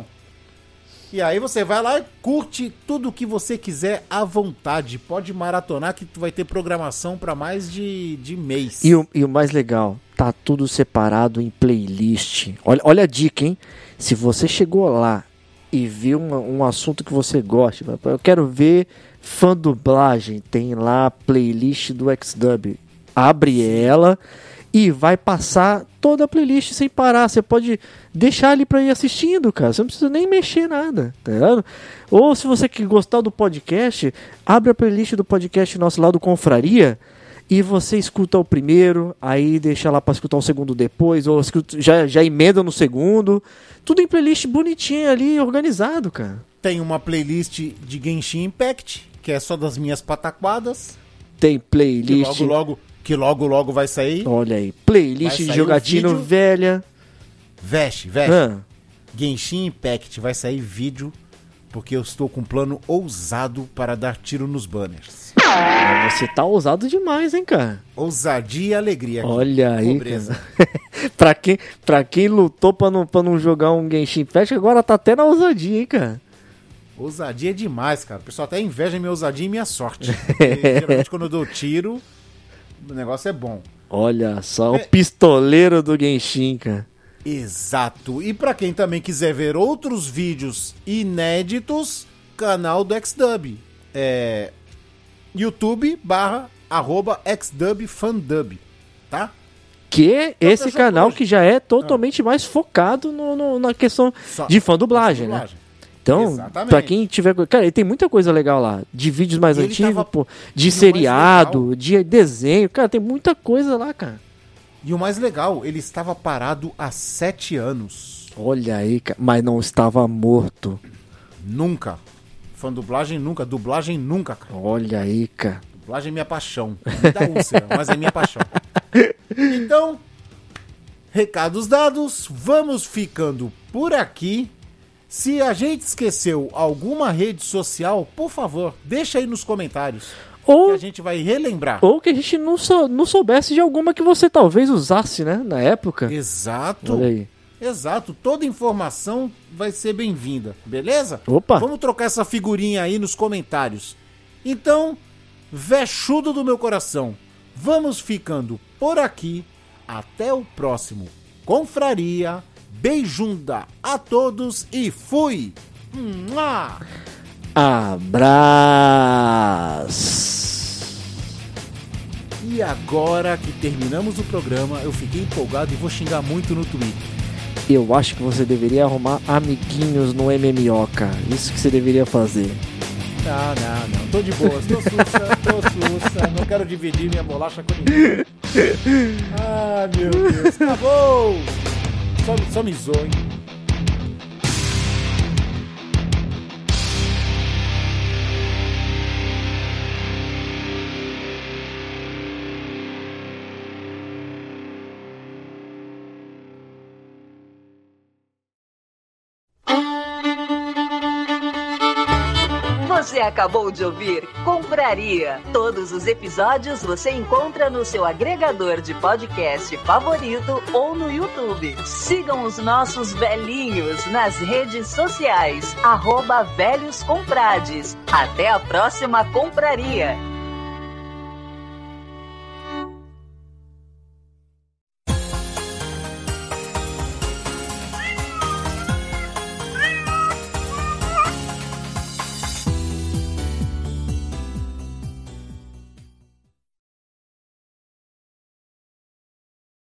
Speaker 4: E aí você vai lá e curte tudo o que você quiser à vontade. Pode maratonar que tu vai ter programação para mais de, de mês.
Speaker 5: E o, e o mais legal, tá tudo separado em playlist. Olha, olha a dica, hein? Se você chegou lá e viu uma, um assunto que você gosta, eu quero ver fã dublagem, tem lá a playlist do X-Dub. Abre ela e vai passar toda a playlist sem parar. Você pode deixar ali pra ir assistindo, cara. Você não precisa nem mexer nada, tá ligado? Ou se você que gostar do podcast, abre a playlist do podcast nosso lá do Confraria e você escuta o primeiro, aí deixa lá pra escutar o segundo depois, ou escuta, já, já emenda no segundo. Tudo em playlist bonitinho ali, organizado, cara.
Speaker 4: Tem uma playlist de Genshin Impact, que é só das minhas pataquadas.
Speaker 5: Tem
Speaker 4: Que
Speaker 5: playlist...
Speaker 4: logo, logo, que logo, logo vai sair.
Speaker 5: Olha aí, playlist
Speaker 4: Vai
Speaker 5: de
Speaker 4: sair
Speaker 5: jogatino
Speaker 4: o vídeo.
Speaker 5: velha.
Speaker 4: Veste, veste.
Speaker 5: Ah,
Speaker 4: Genshin Impact vai sair vídeo, porque eu estou com um plano ousado para dar tiro nos banners.
Speaker 5: mas você tá ousado demais, hein, cara?
Speaker 4: Ousadia e alegria. aqui.
Speaker 5: Olha aí,
Speaker 4: Pobreza.
Speaker 5: cara. pra, quem, pra quem lutou pra não, pra não jogar um Genshin Impact, agora tá até na ousadia, hein, cara?
Speaker 4: Ousadia é demais, cara. O pessoal até inveja minha ousadia e minha sorte. Porque, geralmente quando eu dou tiro, o negócio é bom.
Speaker 5: Olha só,
Speaker 4: É.
Speaker 5: o pistoleiro do Genshin, cara.
Speaker 4: Exato. E pra quem também quiser ver outros vídeos inéditos, canal do X-Dub. É YouTube barra arroba xdubfandub, tá?
Speaker 5: Que é esse
Speaker 4: fechou
Speaker 5: canal
Speaker 4: por hoje.
Speaker 5: que já é totalmente mais focado no, no- na questão
Speaker 4: Só-
Speaker 5: de fã dublagem, né?
Speaker 4: dublagem.
Speaker 5: Então,
Speaker 4: Exatamente.
Speaker 5: pra quem tiver... Cara, e tem muita coisa legal lá. De vídeos mais
Speaker 4: E ele
Speaker 5: antigos,
Speaker 4: tava-
Speaker 5: pô,
Speaker 4: e
Speaker 5: de
Speaker 4: o mais
Speaker 5: seriado,
Speaker 4: legal-
Speaker 5: de desenho. Cara, tem muita coisa lá, cara.
Speaker 4: E o mais legal, ele estava parado há sete anos.
Speaker 5: Olha aí, cara. Mas não estava morto.
Speaker 4: Nunca. Fã dublagem nunca. Dublagem nunca, cara.
Speaker 5: Olha aí, cara.
Speaker 4: Dublagem é minha paixão. Me dá úlcera, mas é minha paixão. Então, recados dados, vamos ficando por aqui. Se a gente esqueceu alguma rede social, por favor, deixa aí nos comentários. Que
Speaker 5: Ou,
Speaker 4: a gente vai relembrar.
Speaker 5: ou que a gente não, sou, não soubesse de alguma que você talvez usasse, né? Na época.
Speaker 4: Exato.
Speaker 5: Olha aí.
Speaker 4: Exato, toda informação vai ser bem-vinda, beleza?
Speaker 5: Opa!
Speaker 4: Vamos trocar essa figurinha aí nos comentários. Então, vexudo do meu coração, vamos ficando por aqui. Até o próximo Confraria. Beijunda a todos e fui! Mua!
Speaker 5: Abraço!
Speaker 4: E agora que terminamos o programa, eu fiquei empolgado e vou xingar muito no Twitter.
Speaker 5: Eu acho que você deveria arrumar amiguinhos no M M O, cara. Isso que você deveria fazer.
Speaker 4: Não, não, não. Tô de boa. Tô sussa, tô sussa. Não quero dividir minha bolacha com ninguém. Ah, meu Deus. Acabou! Só, só me zoem.
Speaker 7: Você acabou de ouvir Confraria. Todos os episódios você encontra no seu agregador de podcast favorito ou no YouTube. Sigam os nossos velhinhos nas redes sociais, arroba Velhos Confrades. Até a próxima Confraria.